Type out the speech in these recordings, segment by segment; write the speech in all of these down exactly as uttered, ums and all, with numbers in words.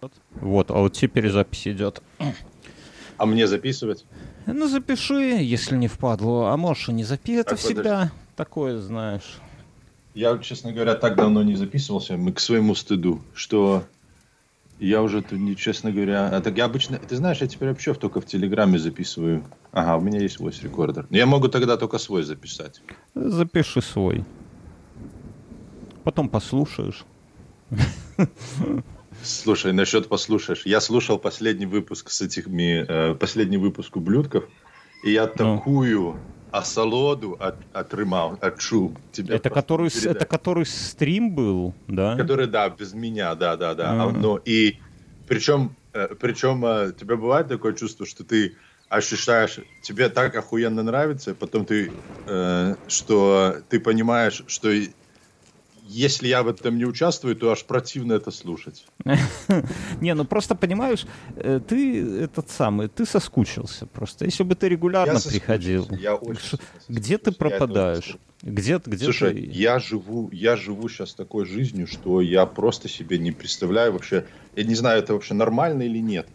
наоборот. Вот, а вот теперь запись идет. А мне записывать? Ну, запиши, если не впадло. А можешь и не записывать. Это Так, всегда подожди. такое, знаешь. Я, честно говоря, так давно не записывался, мы к своему стыду, что я уже, честно говоря... А так я обычно... Ты знаешь, я теперь вообще только в Телеграме записываю. Ага, у меня есть voice recorder. Я могу тогда только свой записать. Запиши свой. Потом послушаешь. Слушай, насчет послушаешь. Я слушал последний выпуск с этими... Э, последний выпуск ублюдков, и я Ну. такую осолоду от, отрымал, отчул. Тебе Это который, с- это который стрим был, да? Который, да, без меня, да, да, да. А. Но и причем, э, причем э, тебе бывает такое чувство, что ты ощущаешь, тебе так охуенно нравится, потом ты, э, что ты понимаешь, что и- если я в этом не участвую, то аж противно это слушать. Не, ну просто понимаешь, э, ты этот самый, ты соскучился просто. Если бы ты регулярно Я соскучился, приходил, я очень ш- сильно где ты соскучился, я этого пропадаешь? не Где, где Слушай, ты? я живу, я живу сейчас такой жизнью, что я просто себе не представляю вообще. Я не знаю, это вообще нормально или нет,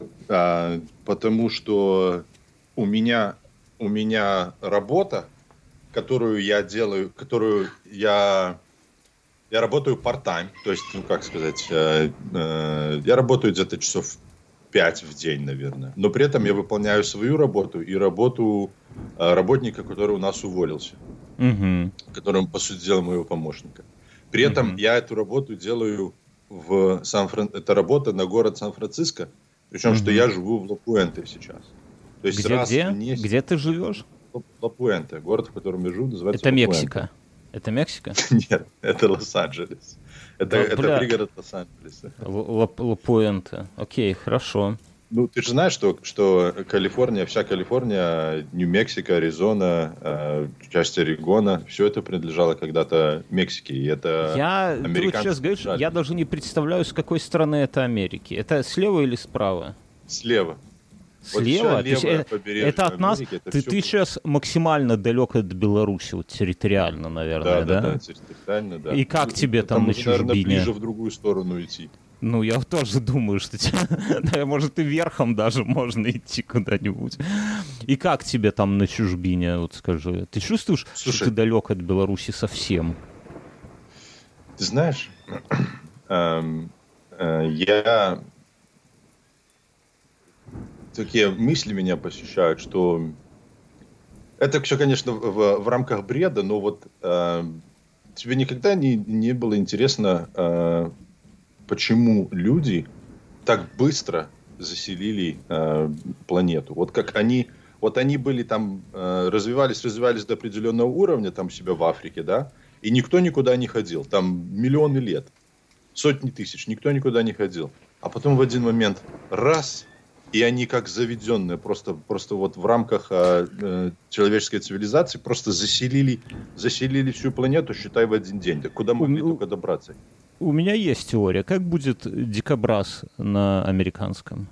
А, потому что у меня у меня работа, которую я делаю, которую я я работаю part-time, то есть, ну как сказать, э, э, я работаю где-то часов пять в день, наверное, но при этом я выполняю свою работу и работу э, работника, который у нас уволился. Мгм. Которым, по сути дела, моего помощника. При этом Мгм. я эту работу делаю в Сан-Фран... Это работа на город Сан-Франциско, причем, что Мгм. я живу в Ла-Пуэнте сейчас. То есть Где, раз где? в месяц... Где ты живешь? Ла-Пуэнте, город, в котором я живу, называется Это Ла-Пуэнте. Мексика. Это Мексика? Нет, это Лос-Анджелес. Это, Да, это бля. пригород Лос-Анджелеса. Л- Ла- Ла-Пуэнте. Окей, хорошо. Ну, ты же знаешь, что, что Калифорния, вся Калифорния, Нью-Мексико, Аризона, э, часть Орегона, все это принадлежало когда-то Мексике. И это Я, ты вот американцы сейчас говоришь, держали. я даже не представляю, с какой стороны это Америки. Это слева или справа? Слева. Вот Слева? вся То есть левое э- побережье это от нас? Америки, это Ты, всё ты сейчас максимально далек от Беларуси, вот территориально, наверное, Да, да? да, да, территориально, да. И как тебе там на уже, наверное, чужбине? ближе в другую сторону идти. Ну, я тоже думаю, что тебе, да, может, и верхом даже можно идти куда-нибудь. И как тебе там на чужбине, вот скажи? Ты чувствуешь, Слушай. что ты далек от Беларуси совсем? Ты знаешь, эм, э, я... Такие мысли меня посещают, что... Это все, конечно, в, в рамках бреда, но вот э, тебе никогда не, не было интересно, э, почему люди так быстро заселили э, планету? Вот как они... Вот они были там, э, развивались, развивались до определенного уровня там у себя в Африке, да, и никто никуда не ходил. Там миллионы лет, сотни тысяч, никто никуда не ходил. А потом в один момент раз, и они как заведенные, просто, просто вот в рамках э, э, человеческой цивилизации просто заселили, заселили всю планету, считай, в один день. Да куда могли У- только добраться? У меня есть теория. Как будет дикобраз на американском?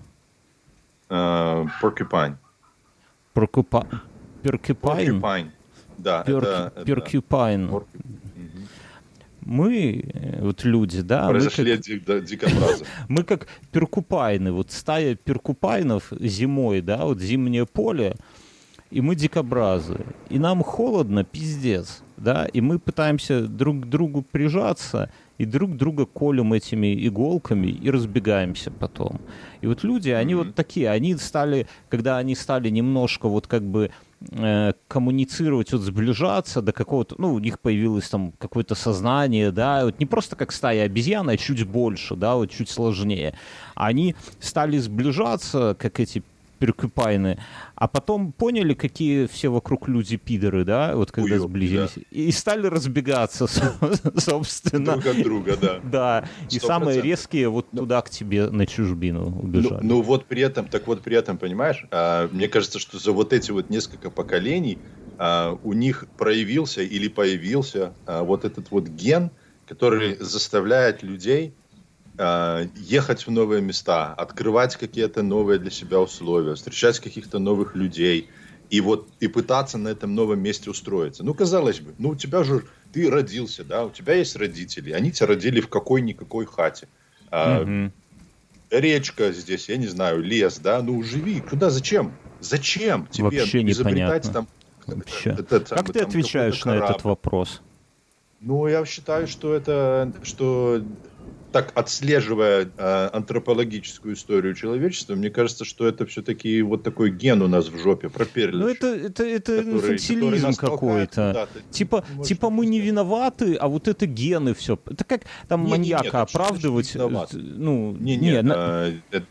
Э, Porcupine. Прокупа... Перкипайн? Porcupine. Да, Перки- это... это- Перкипайн. Porcu- Мгм. Мы, э, вот люди, да, мы Произошли как, от ди- до дикобраза. мы как перкупайны. Вот стая перкупайнов зимой, да, вот зимнее поле, и мы дикобразы. И нам холодно, пиздец, да, и мы пытаемся друг к другу прижаться, и друг друга колем этими иголками и разбегаемся потом. И вот люди, они Мгм. вот такие, они стали, когда они стали немножко вот как бы э, коммуницировать, вот сближаться до какого-то, ну, у них появилось там какое-то сознание, да, вот не просто как стая обезьян, а чуть больше, да, вот чуть сложнее. Они стали сближаться, как эти перкупайны, а потом поняли, какие все вокруг люди пидоры, да, вот когда Уёбки, сблизились, и стали разбегаться, собственно. Друг от друга, да. Да, и Сто самые процентов. резкие вот туда к тебе на чужбину Ну, убежали. ну вот при этом, так вот при этом, понимаешь, а, мне кажется, что за вот эти вот несколько поколений а, у них проявился или появился а, вот этот вот ген, который заставляет людей а, ехать в новые места, открывать какие-то новые для себя условия, встречать каких-то новых людей и вот и пытаться на этом новом месте устроиться. Ну, казалось бы, ну у тебя же ты родился, да, у тебя есть родители, они тебя родили в какой-никакой хате. А, Мгм. речка здесь, я не знаю, лес, да, ну живи, куда, зачем? Зачем тебе Вообще изобретать непонятно. там... Вообще. Это, там, Как ты там отвечаешь на этот вопрос? Ну, я считаю, что это, что так отслеживая э, антропологическую историю человечества, мне кажется, что это все-таки вот такой ген у нас в жопе проперлен. Ну, это, это, это который, инфантилизм который какой-то. Типа, типа мы не виноваты, а вот это гены все. Это как там не, маньяка не, не, оправдывать. Не ну, не, не, не, э, на... это...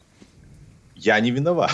Я не виноват.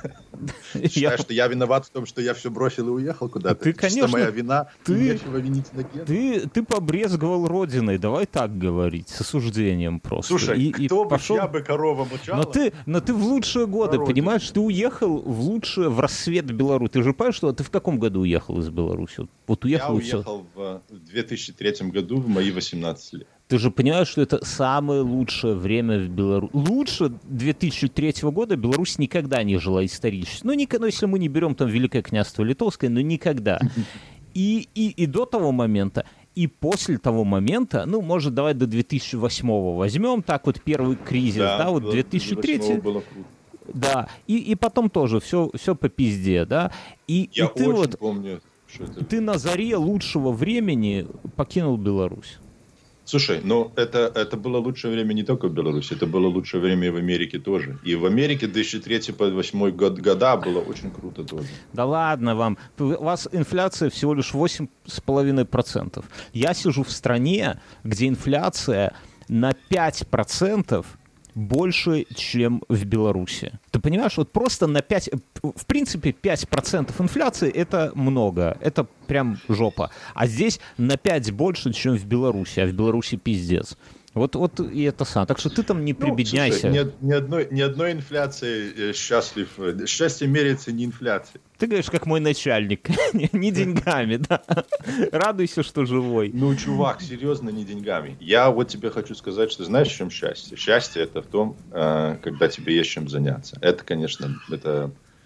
Считаю, я... что я виноват в том, что я все бросил и уехал куда-то. Ты, конечно, моя вина, ты, нечего винить на ген. Ты, ты побрезговал родиной, давай так говорить, с осуждением просто. Слушай, и, кто и бы, пошел... я бы корова мучала. Но ты, но ты в лучшие годы, понимаешь, ты уехал в лучшее, в рассвет Беларуси. Ты же понимаешь, что ты в каком году уехал из Беларуси? Вот, вот уехал я и уехал все. в две тысячи третьем году, в мои восемнадцать лет. Ты же понимаешь, что это самое лучшее время в Беларуси. Лучше две тысячи третьего года Беларусь никогда не жила исторически. Ну, не, ну, если мы не берем там Великое княжество Литовское, но никогда. И, и, и до того момента, и после того момента, ну, может, давай до две тысячи восьмого возьмем, так вот первый кризис, да, да вот две тысячи третий. Было круто. Да, и, и потом тоже все, все по пизде, да. И, Я и ты очень вот, помню, что это... Ты на заре лучшего времени покинул Беларусь. Слушай, ну это, это было лучшее время не только в Беларуси, это было лучшее время и в Америке тоже. И в Америке две тысячи третий по две тысячи восьмой год, года было очень круто тоже. Да ладно вам. У вас инфляция всего лишь восемь с половиной процентов. Я сижу в стране, где инфляция на пять процентов больше, чем в Беларуси. Ты понимаешь, вот просто на пять... В принципе, пять процентов инфляции — это много. Это прям жопа. А здесь на пять больше, чем в Беларуси. А в Беларуси пиздец. Вот, вот и это сам. Так что ты там не прибедняйся. Ну, слушай, ни, ни, одной, ни одной инфляции счастлив. Счастье меряется не инфляцией. Ты говоришь, как мой начальник. Не деньгами, да. Радуйся, что живой. Ну, чувак, серьезно, не деньгами. Я вот тебе хочу сказать, что знаешь, в чем счастье? Счастье — это в том, когда тебе есть чем заняться. Это, конечно, это...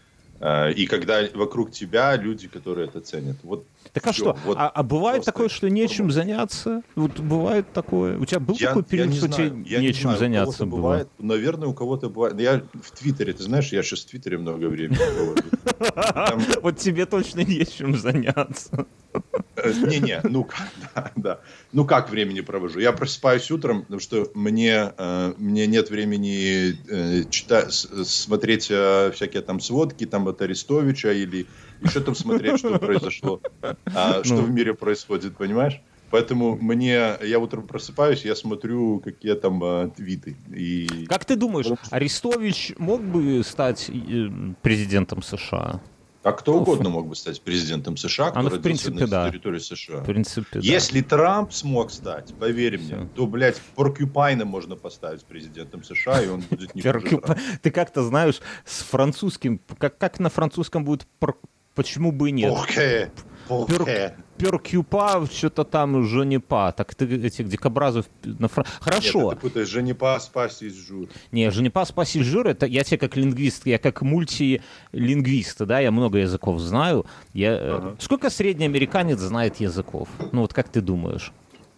И когда вокруг тебя люди, которые это ценят. Вот так а все. что? Вот а, а бывает такое, что нечем заняться? Вот бывает такое. У тебя был я, такой период, что тебе я нечем не знаю, заняться было? Бывает, наверное, у кого-то бывает. Я в Твиттере, ты знаешь, я сейчас в Твиттере много времени провожу. Вот тебе точно нечем заняться. Не-не, ну да, да. Ну как времени провожу? Я просыпаюсь утром, потому что мне, э, мне нет времени э, читать, смотреть э, всякие там сводки там от Арестовича или еще там смотреть, что произошло, а, что ну. в мире происходит, понимаешь? Поэтому мне, я утром просыпаюсь, я смотрю, какие там э, твиты. И... Как ты думаешь, Арестович мог бы стать э, президентом США? А кто ну, угодно мог бы стать президентом США, кто ну, родился принципе, на да. территории США. В принципе, Если да. Трамп смог стать, поверь Все. мне, то, блядь, Поркюпайна можно поставить президентом США, и он будет не хуже Трампа. Ты как-то знаешь, с французским, как, как на французском будет, почему бы и нет? Порке. Порке. Перкюпа, что-то там Женепа. Так ты этих дикобразов... На фр... Хорошо. Нет, ты путаешь Женепа, спасись, жур. Не, Женепа, спасись, жур, это я тебе как лингвист, я как мультилингвист, да, я много языков знаю. Я... Ага. Сколько средний американец знает языков? Ну вот как ты думаешь?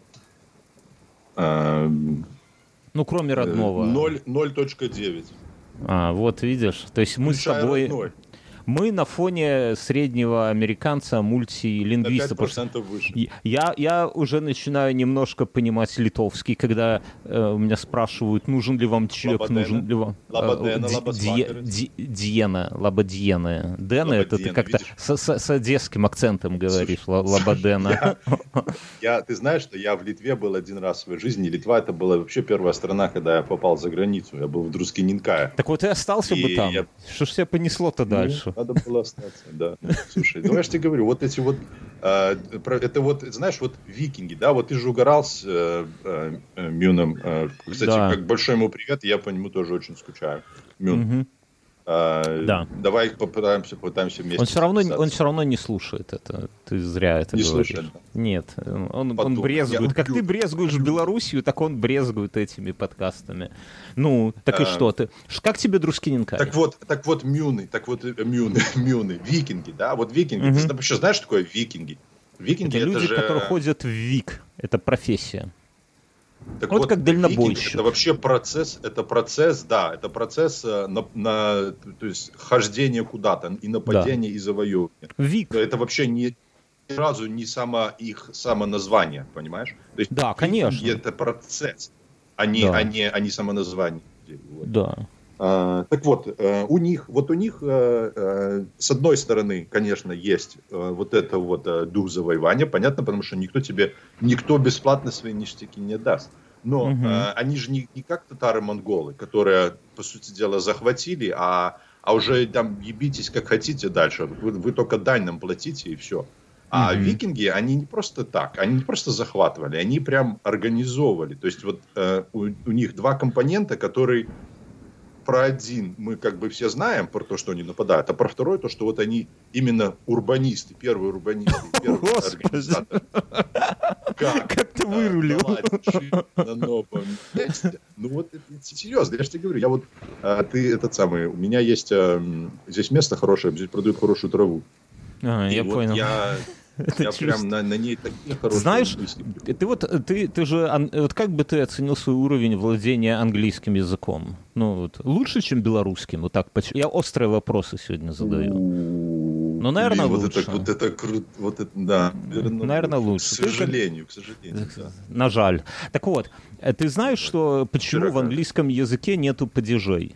А... Ну, кроме родного. ноль целых девять. А, вот видишь. То есть мы Включая с тобой... Родной. Мы на фоне среднего американца мультилингвиста. На пять процентов выше. Я, я уже начинаю немножко понимать литовский, когда э, у меня спрашивают, нужен ли вам чек, Лабадена. нужен ли вам... Лабадена, э, ди, ди, Диена, Лабадиена. Дена, это ты как-то с, с, с одесским акцентом говоришь, слушай, Лабадена. Я, я, ты знаешь, что я в Литве был один раз в своей жизни. Литва — это была вообще первая страна, когда я попал за границу. Я был в Друскининкае. Так вот и остался и бы там. Я... Что ж тебя понесло-то ну, дальше? Надо было остаться, да. Слушай, ну я же тебе говорю, вот эти вот, э, это вот, знаешь, вот викинги, да, вот ты же угорал с э, э, Мюном. Э, кстати, да. Как большой ему привет, я по нему тоже очень скучаю. Мюн. Угу. Э, да. Давай попытаемся, попытаемся вместе. Он все, равно, он все равно не слушает это. Ты зря это не говоришь. Слушает. Нет, он, он брезгует. Как ты брезгуешь Белоруссию, так он брезгует этими подкастами. Ну, так а, и что ты? Как тебе Друскининкай? Так вот, так вот Мюны, так вот Мюны, Мюны, викинги, да, вот викинги. Угу. Ты вообще знаешь, что такое викинги? Викинги это, это люди, же... которые ходят в ВИК. Это профессия. Так вот, вот как дальнобойщик. Это вообще процесс, это процесс, да, это процесс на, на то есть хождение куда-то, и нападение, да. и завоевание. Вик. Это вообще не, ни разу не само их самоназвание, понимаешь? То есть да, конечно. Это процесс, а не, да. а не, а не самоназвание. Вот. Да. А, так вот, у них, вот у них, с одной стороны, конечно, есть вот это вот дух завоевания, понятно, потому что никто тебе, никто бесплатно свои ништяки не даст. Но угу. они же не, не как татары-монголы, которые, по сути дела, захватили, а, а уже там ебитесь как хотите дальше, вы, вы только дань нам платите и все. А угу. викинги, они не просто так, они не просто захватывали, они прям организовывали. То есть вот у, у них два компонента, которые... Про один мы как бы все знаем, про то, что они нападают, а про второй, то, что вот они именно урбанисты, первые урбанисты, первые организаторы. Как, как ты вырулил? На новом месте. Ну вот, серьезно, я же тебе говорю, я вот, а, ты этот самый, у меня есть а, здесь место хорошее, здесь продают хорошую траву. А, я вот понял. Я... Это я чувств... прям на, на ней такие хорошие. Знаешь, ты вот ты, ты же вот как бы ты оценил свой уровень владения английским языком? Ну вот лучше, чем белорусским? Вот так. Я острые вопросы сегодня задаю. Ну, наверное, Блин, лучше. Вот это, вот это круто, вот это, да. Наверное, наверное лучше. К сожалению, к сожалению. Да. На жаль. Так вот, ты знаешь, что почему Широко. В английском языке нету падежей?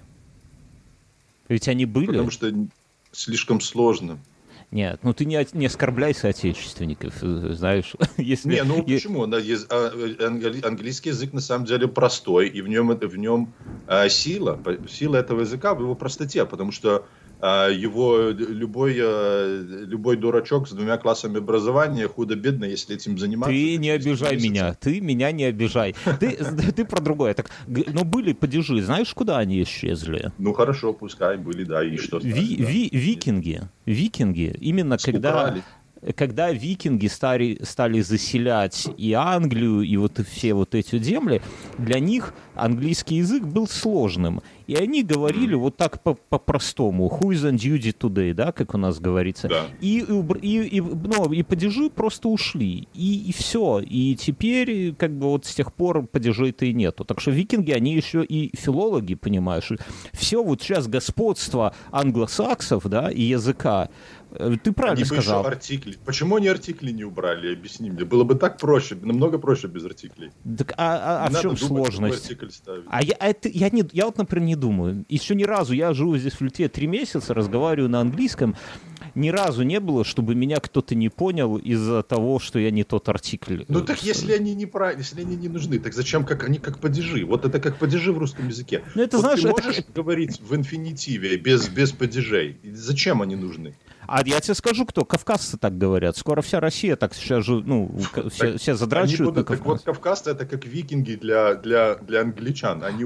Ведь они были. Потому что слишком сложно. Нет, ну ты не, не оскорбляй соотечественников, знаешь. Если... Не, ну почему? Английский язык на самом деле простой, и в нем, в нем а, сила, сила этого языка в его простоте, потому что а, его любой, а, любой дурачок с двумя классами образования худо-бедно, если этим заниматься... Ты не обижай меня, ты меня не обижай. Ты, ты про другое. Так, но были падежи, знаешь, куда они исчезли? Ну хорошо, пускай были, да, и что ви, да. ви, Викинги, викинги, именно когда... Когда викинги стали, стали заселять и Англию, и вот все вот эти земли, для них английский язык был сложным. И они говорили вот так по-простому. Who is on duty today, да, как у нас говорится. Да. И, и, и, ну, и падежи просто ушли. И, и все. И теперь, как бы вот с тех пор падежей-то и нету. Так что викинги, они еще и филологи, понимаешь. Все вот сейчас господство англосаксов, да, и языка. Ты правильно они сказал. Бы еще артикли. Почему они артикли не убрали? Объясни мне. Было бы так проще, намного проще без артиклей. Так, а а, а в чем думать, сложность? А я, это, я, не, я вот, например, не думаю. Еще ни разу, я живу здесь в Литве три месяца, разговариваю на английском, ни разу не было, чтобы меня кто-то не понял из-за того, что я не тот артикль. Ну так если они не правильно, если они не нужны, так зачем как они как падежи? Вот это как падежи в русском языке. Ну это вот знаешь, ты это... можешь говорить в инфинитиве без, без падежей? Зачем они нужны? А я тебе скажу, кто. Кавказцы так говорят. Скоро вся Россия так сейчас же, ну, все, все задрачивают на Кавказ. Так вот, кавказцы это как викинги для, для, для англичан. Они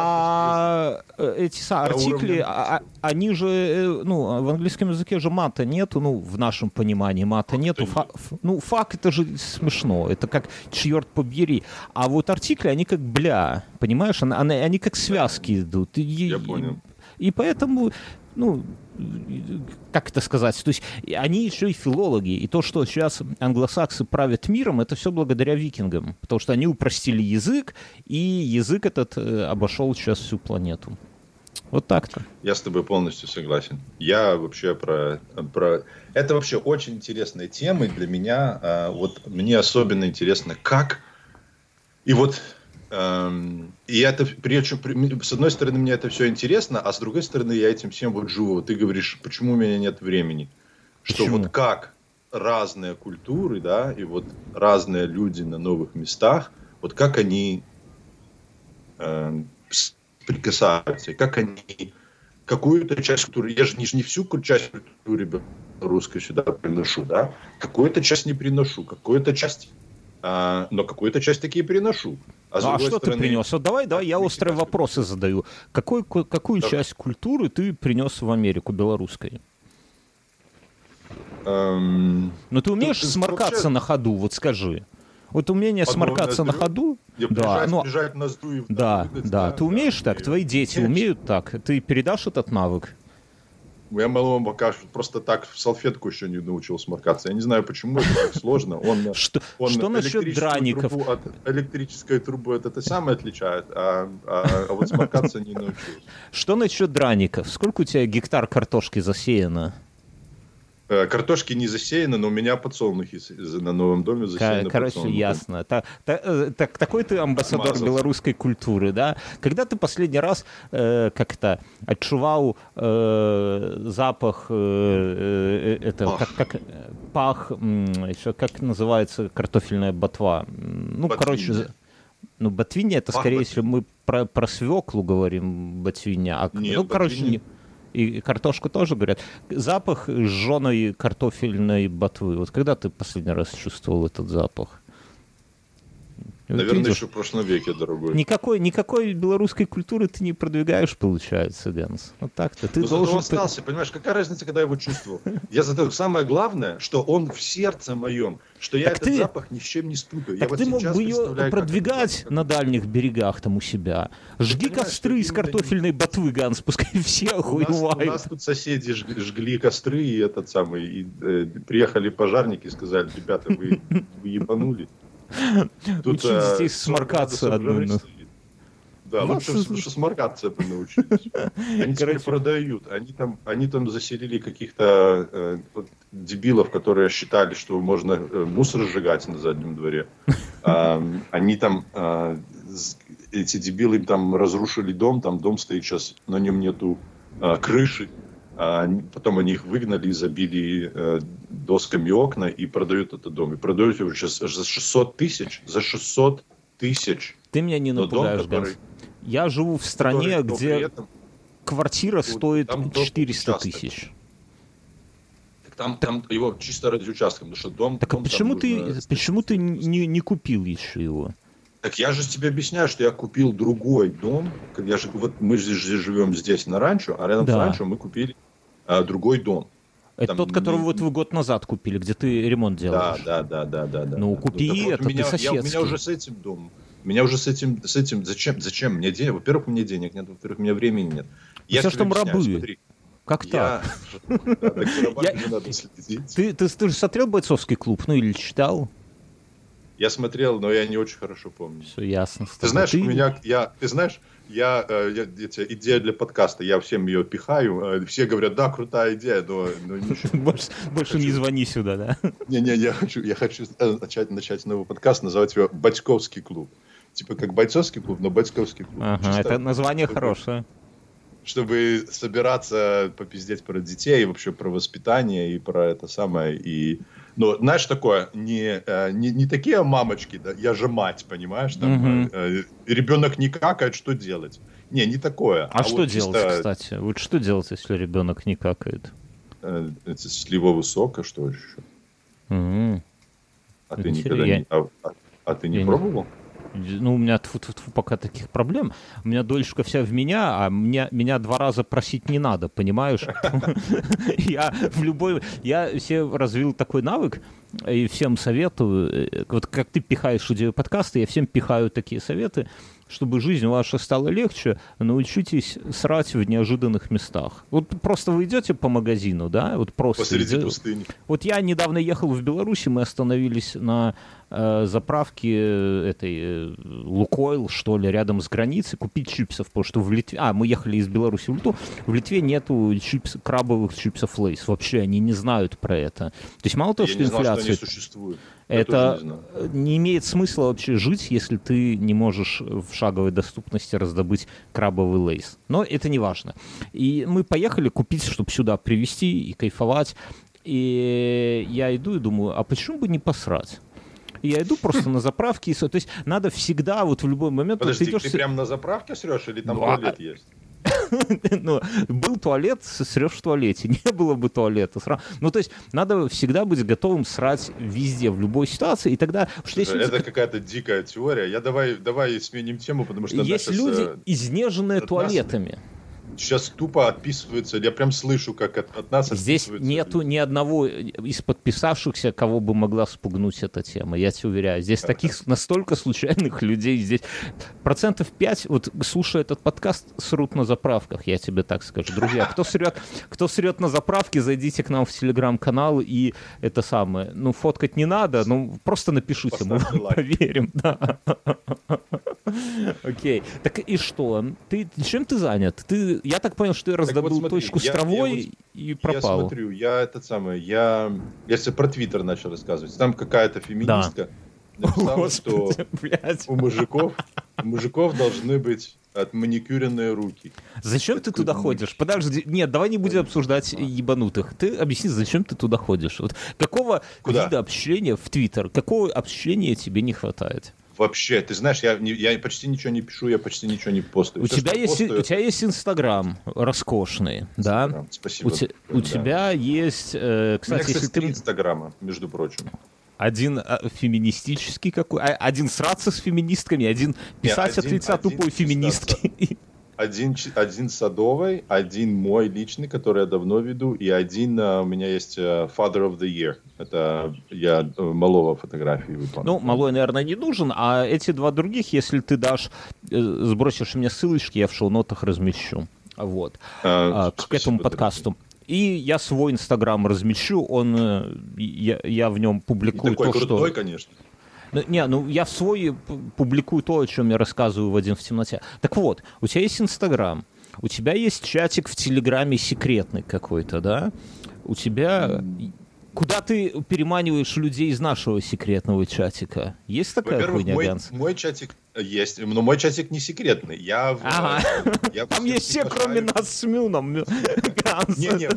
а эти артикли, а, они же, ну, в английском языке же мата нету, ну, в нашем понимании мата нету. Фа, ну, фак это же смешно. Это как черт побери. А вот артикли, они как бля, понимаешь? Они, они как связки идут. Я понял. И, и поэтому, ну... как это сказать, то есть они еще и филологи, и то, что сейчас англосаксы правят миром, это все благодаря викингам, потому что они упростили язык, и язык этот обошел сейчас всю планету. Вот так-то. Я с тобой полностью согласен. Я вообще про... про... Это вообще очень интересная тема, и для меня, вот мне особенно интересно, как... И вот... И это, причем, с одной стороны, мне это все интересно, а с другой стороны, я этим всем вот живу. Ты говоришь, почему у меня нет времени? Что почему? Вот как разные культуры, да, и вот разные люди на новых местах, вот как они э, прикасаются, и как они какую-то часть культуры, я же не, не всю часть культуры русской сюда приношу, да, какую-то часть не приношу, какую-то часть... А, но какую-то часть таки и приношу. А, ну, а что стороны... ты принес? Вот давай, давай, я острые вопросы задаю. Какой, какую так. часть культуры ты принес в Америку, белорусской? Эм... Ну ты умеешь ты, сморкаться вообще... на ходу, вот скажи. Вот умение Одно сморкаться на ходу... Я да, прижать, но... прижать ноздрю и... Да, да, да, ты умеешь да, так? Твои дети умеют так? Ты передашь этот навык? Я малому пока просто так в салфетку еще не научил сморкаться. Я не знаю, почему это так сложно. Он, что он что насчет драников? Трубу от электрической трубы от это самое отличает, а, а, а вот сморкаться не научился. Что насчет драников? Сколько у тебя гектар картошки засеяно? Картошки не засеяны, но у меня подсолнухи на новом доме засеяны. Короче, подсолнухи. Ясно. Так, так, так, такой ты амбассадор Мазов. Белорусской культуры, да? Когда ты последний раз э, как-то отчувал э, запах, э, э, это, как, как, пах, еще как называется картофельная ботва? Ну, ботвинья. Короче, ну, ботвинья, это пах скорее, ботвинья. Если мы про, про свеклу говорим, ботвинья. А, Нет, ну, короче, не... И картошку тоже, говорят. Запах жженой картофельной ботвы. Вот когда ты последний раз чувствовал этот запах? Наверное, вот еще в прошлом веке, дорогой. Никакой, никакой белорусской культуры ты не продвигаешь, получается, Ганс. Вот так-то. Ты Но должен... он остался, понимаешь, какая разница, когда я его чувствовал? Я задаю, самое главное, что он в сердце моем, что я так этот ты... запах ни с чем не спутаю. Так я ты вот мог бы ее продвигать как... на дальних берегах там у себя. Жги костры из картофельной не... ботвы, Ганс, пускай все охуевают. У, у нас тут соседи жгли, жгли костры, и этот самый, и, э, приехали пожарники и сказали, ребята, вы, вы ебанули. Тут, Учить а, здесь сморкаться одну. Ну. Да, лучше, лучше сморкаться бы научились. Они теперь продают. Они там, они там заселили каких-то э, вот, дебилов, которые считали, что можно э, мусор сжигать на заднем дворе. А, они там, а, эти дебилы там разрушили дом, там дом стоит сейчас, на нем нету а, крыши. А потом они их выгнали и забили э, досками окна и продают этот дом. И продают его сейчас за шестьсот тысяч. За шестьсот тысяч. Ты меня не напугаешь, дом, который, Я живу в стране, который, где этом, квартира стоит четыреста тысяч. Там, там его чисто ради участка, потому что дом... Так дом а почему ты, почему ты не, не купил еще его? Так я же тебе объясняю, что я купил другой дом. Я же, вот мы же живем здесь на ранчо, а рядом да. с ранчо мы купили а, другой дом. Это там, тот, который не... вот вы год назад купили, где ты ремонт делаешь. Да, да, да, да, да. Ну, да. купи ну, это, вот меня, ты соседский. Я, у меня уже с этим домом. У меня уже с этим, с этим, зачем, зачем мне денег? Во-первых, мне денег нет, во-первых, у меня времени нет. Я все, что там рабы. Смотри. Как я... так? Ты, ты, ты же смотрел «Бойцовский клуб», ну или читал? Я смотрел, но я не очень хорошо помню. Все ясно. Ты знаешь, ты... у меня, я, ты знаешь, я, я, я, идея для подкаста, я всем ее пихаю, все говорят, да, крутая идея, но, но ничего. Больше, больше хочу... не звони сюда, да? Не-не, я хочу, я хочу начать, начать новый подкаст, называть его «Батьковский клуб». Типа как бойцовский клуб, но батьковский клуб. Ага, чисто, это название чтобы, хорошее. Чтобы собираться попиздеть про детей, и вообще про воспитание, и про это самое, и... Но, знаешь, такое, не, не, не такие мамочки, да, я же мать, понимаешь, там, угу. э, ребенок не какает, что делать? Не, не такое. А, а что вот делать, чисто... кстати? Вот что делать, если ребенок не какает? Э, это сливовый сок, а что еще? Угу. А ты никогда я... не... А, а, а ты не я пробовал? Не... Ну, у меня тьфу-тьфу-тьфу, пока таких проблем. У меня дольшка вся в меня, а меня, меня два раза просить не надо, понимаешь? Я в любой... Я себе развил такой навык, и всем советую, вот как ты пихаешь идею подкаста, я всем пихаю такие советы, чтобы жизнь ваша стала легче, научитесь срать в неожиданных местах. Вот просто вы идете по магазину, да, вот просто... Посреди идете. Пустыни. Вот я недавно ехал в Беларусь, мы остановились на э, заправке этой э, Лукойл, что ли, рядом с границей, купить чипсов, потому что в Литве... А, мы ехали из Беларуси в Литву, в Литве нету чипс, крабовых чипсов Лейс, вообще они не знают про это. То есть мало того, я что не инфляция... Знал, что они существуют. Это не, не имеет смысла вообще жить, если ты не можешь в шаговой доступности раздобыть крабовый лейс. Но это не важно. И мы поехали купить, чтобы сюда привезти и кайфовать. И я иду и думаю, а почему бы не посрать? И я иду просто на заправке. То есть надо всегда, вот в любой момент... Подожди, ты, идешь... ты прямо на заправке срешь или там туалет есть? Ну, был туалет, срешь в туалете. Не было бы туалета. Сра... Ну, то есть, надо всегда быть готовым срать везде, в любой ситуации. И тогда... Слушай, это какая-то дикая теория. Я давай, давай сменим тему, потому что... Есть люди, изнеженные туалетами. сейчас тупо отписываются. Я прям слышу, как от, от нас Здесь отписываются. нету ни одного из подписавшихся, кого бы могла спугнуть эта тема, я тебе уверяю. Здесь таких настолько случайных людей. Здесь процентов пять, вот слушая этот подкаст, срут на заправках, я тебе так скажу. Друзья, кто срет, кто срет на заправке, зайдите к нам в телеграм-канал и это самое. Ну, фоткать не надо, ну, просто напишите, мы вам поверим. Да. Окей. Так и что? Ты, чем ты занят? Ты, я так понял, что ты раздобыл вот смотри, точку я, с травой я, я, и пропал. Я смотрю, я этот самый, я, я себе про Твиттер начал рассказывать. Там какая-то феминистка да. написала, Господи, что блядь. у мужиков, у мужиков должны быть отманикюренные руки. Зачем это ты туда ходишь? Подожди, нет, давай не будем обсуждать а. ебанутых. Ты объясни, зачем ты туда ходишь? Вот какого Куда? вида общения в Твиттер, какого общения тебе не хватает? Вообще, ты знаешь, я, не, я почти ничего не пишу, я почти ничего не постую. У, Все, тебя, есть, постую, у тебя есть Инстаграм роскошный, Инстаграм. да? Спасибо. У, те, да. у тебя есть, э, кстати, у меня, кстати, если ты... Инстаграма, между прочим. Один а, феминистический какой, а, один сраться с феминистками, один писать Нет, один, от лица один, тупой один феминистки. Один, один садовый, один мой личный, который я давно веду, и один uh, у меня есть uh, Father of the Year. Это я uh, малого фотографии выполняю. Ну, малой, наверное, не нужен, а эти два других, если ты дашь, э, сбросишь мне ссылочки, я в шоу-нотах размещу. Вот. А, к этому подкасту. Дорогой. И я свой Инстаграм размещу, он, я, я в нем публикую и такой то, крутой, что... конечно. Ну, не, ну я в свой публикую то, о чем я рассказываю в «Один в темноте». Так вот, у тебя есть Инстаграм, у тебя есть чатик в Телеграме секретный какой-то, да? У тебя... Куда ты переманиваешь людей из нашего секретного чатика? Есть такая Во-первых, хуйня, мой, Ганс? мой чатик есть, но мой чатик не секретный. Я в, ага. я Там есть все, кроме нас с Мюном. Не-не,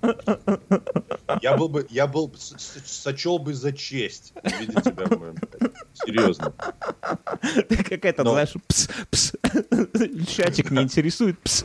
я был бы, я был, сочел бы за честь видеть тебя в моем чатике. Серьезно. Какая-то, но... знаешь, пс, пс. Чатик не интересует, пс.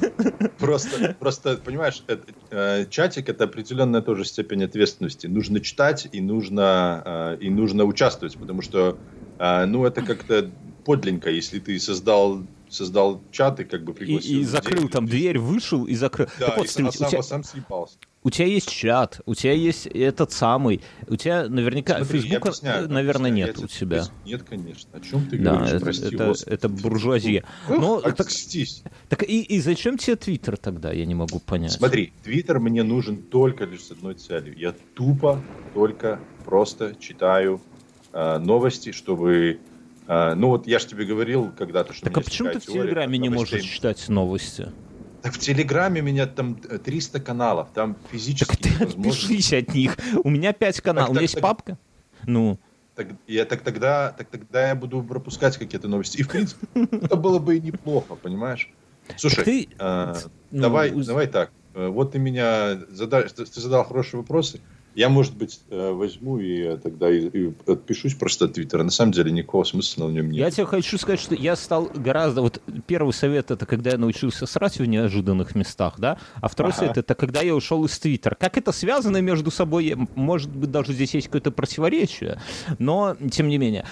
Просто, просто, понимаешь, это, э, чатик — это определенная тоже степень ответственности. Нужно читать и нужно, э, и нужно участвовать, потому что, э, ну, это как-то подленько, если ты создал, создал чат и как бы пригласил И, и закрыл людей, там дверь, вышел и закрыл. Да, так вот, и смотри, сам, у тебя... сам съебался. У тебя есть чат, у тебя есть этот самый, у тебя наверняка Смотри, Фейсбука, объясняю, наверное, объясняю, нет я у тебя. Нет, конечно. О чем ты да, говоришь? это, Прости, это, Господи. это буржуазия. Но, а так, так и, и зачем тебе Твиттер тогда, я не могу понять. Смотри, Твиттер мне нужен только лишь с одной целью. Я тупо только просто читаю э, новости, чтобы... Э, ну вот я же тебе говорил когда-то, что... Так а почему ты в Телеграме не можешь читать новости? Так в Телеграме у меня там триста каналов, там физически так невозможно. Отпишись от них. У меня пять каналов, так, у меня так, есть так, папка. Ну. Так, я, так, тогда, так тогда я буду пропускать какие-то новости. И в принципе это было бы и неплохо, понимаешь? Слушай, ты, э, ну, давай, уз... давай так. Вот ты меня задашь, ты задал хорошие вопросы. Я, может быть, возьму и тогда и, и отпишусь просто от Твиттера. На самом деле никакого смысла на нем нет. Я тебе хочу сказать, что я стал гораздо... Вот первый совет — это когда я научился срать в неожиданных местах, да? А второй ага. совет — это когда я ушел из Твиттера. Как это связано между собой? Может быть, даже здесь есть какое-то противоречие, но тем не менее.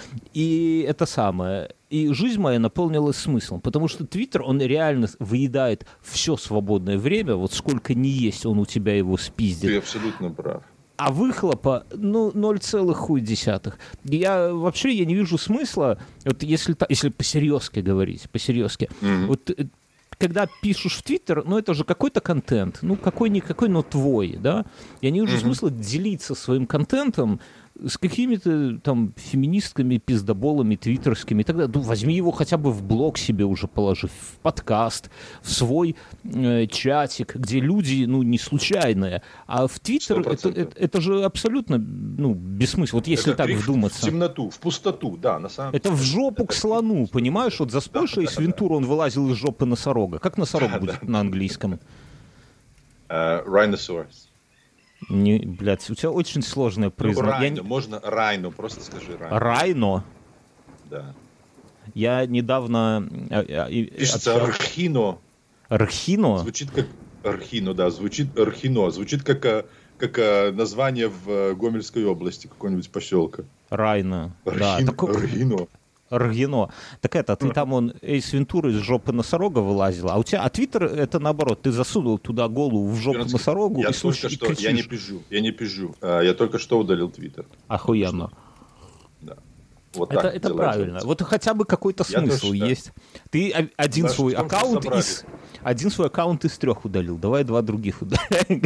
И это самое... И жизнь моя наполнилась смыслом, потому что Твиттер, он реально выедает все свободное время, вот сколько ни есть, он у тебя его спиздит. Ты абсолютно прав. А выхлопа, ну, ноль целых хуй десятых. Я вообще я не вижу смысла, вот если, если по-серьезки говорить, по-серьезки, mm-hmm. вот когда пишешь в Твиттер, ну, это же какой-то контент, ну, какой-никакой, но твой, да? Я не вижу mm-hmm. смысла делиться своим контентом с какими-то там феминистками, пиздоболами, твиттерскими и так далее. Ну, возьми его хотя бы в блог себе уже положи, в подкаст, в свой э, чатик, где люди, ну, не случайные. А в Твиттер это, это, это же абсолютно, ну, бессмысленно. Вот если это так вдуматься. В темноту, в пустоту, да, на самом это деле. в жопу это к слону, понимаешь? Вот заспой да, из да, Вентура, да. Он вылазил из жопы носорога. Как носорог да, будет да. на английском? Uh, rhinoceros. Не, блядь, у тебя очень сложное произношение. Ну, райно, я... можно райно, просто скажи райно. Райно? Да. Я недавно... Пишется общал... Архино. Архино? Звучит как Архино, да, звучит Архино. Звучит как, как название в Гомельской области какого-нибудь поселка. Райно. Архин... Да. Так... Архино. Рогино. Так это, ты там он Эйс Вентура из жопы носорога вылазил, а у тебя, а Твиттер это наоборот, ты засунул туда голову в жопу Вернский, носорогу я и слушаешь, что, я не пизжу, я не пизжу. Я только что удалил Твиттер. Охуенно. Да. Вот это так это правильно. Делается. Вот хотя бы какой-то смысл есть. Ты один Даже свой том, аккаунт из один свой аккаунт из трех удалил. Давай два других удаляй.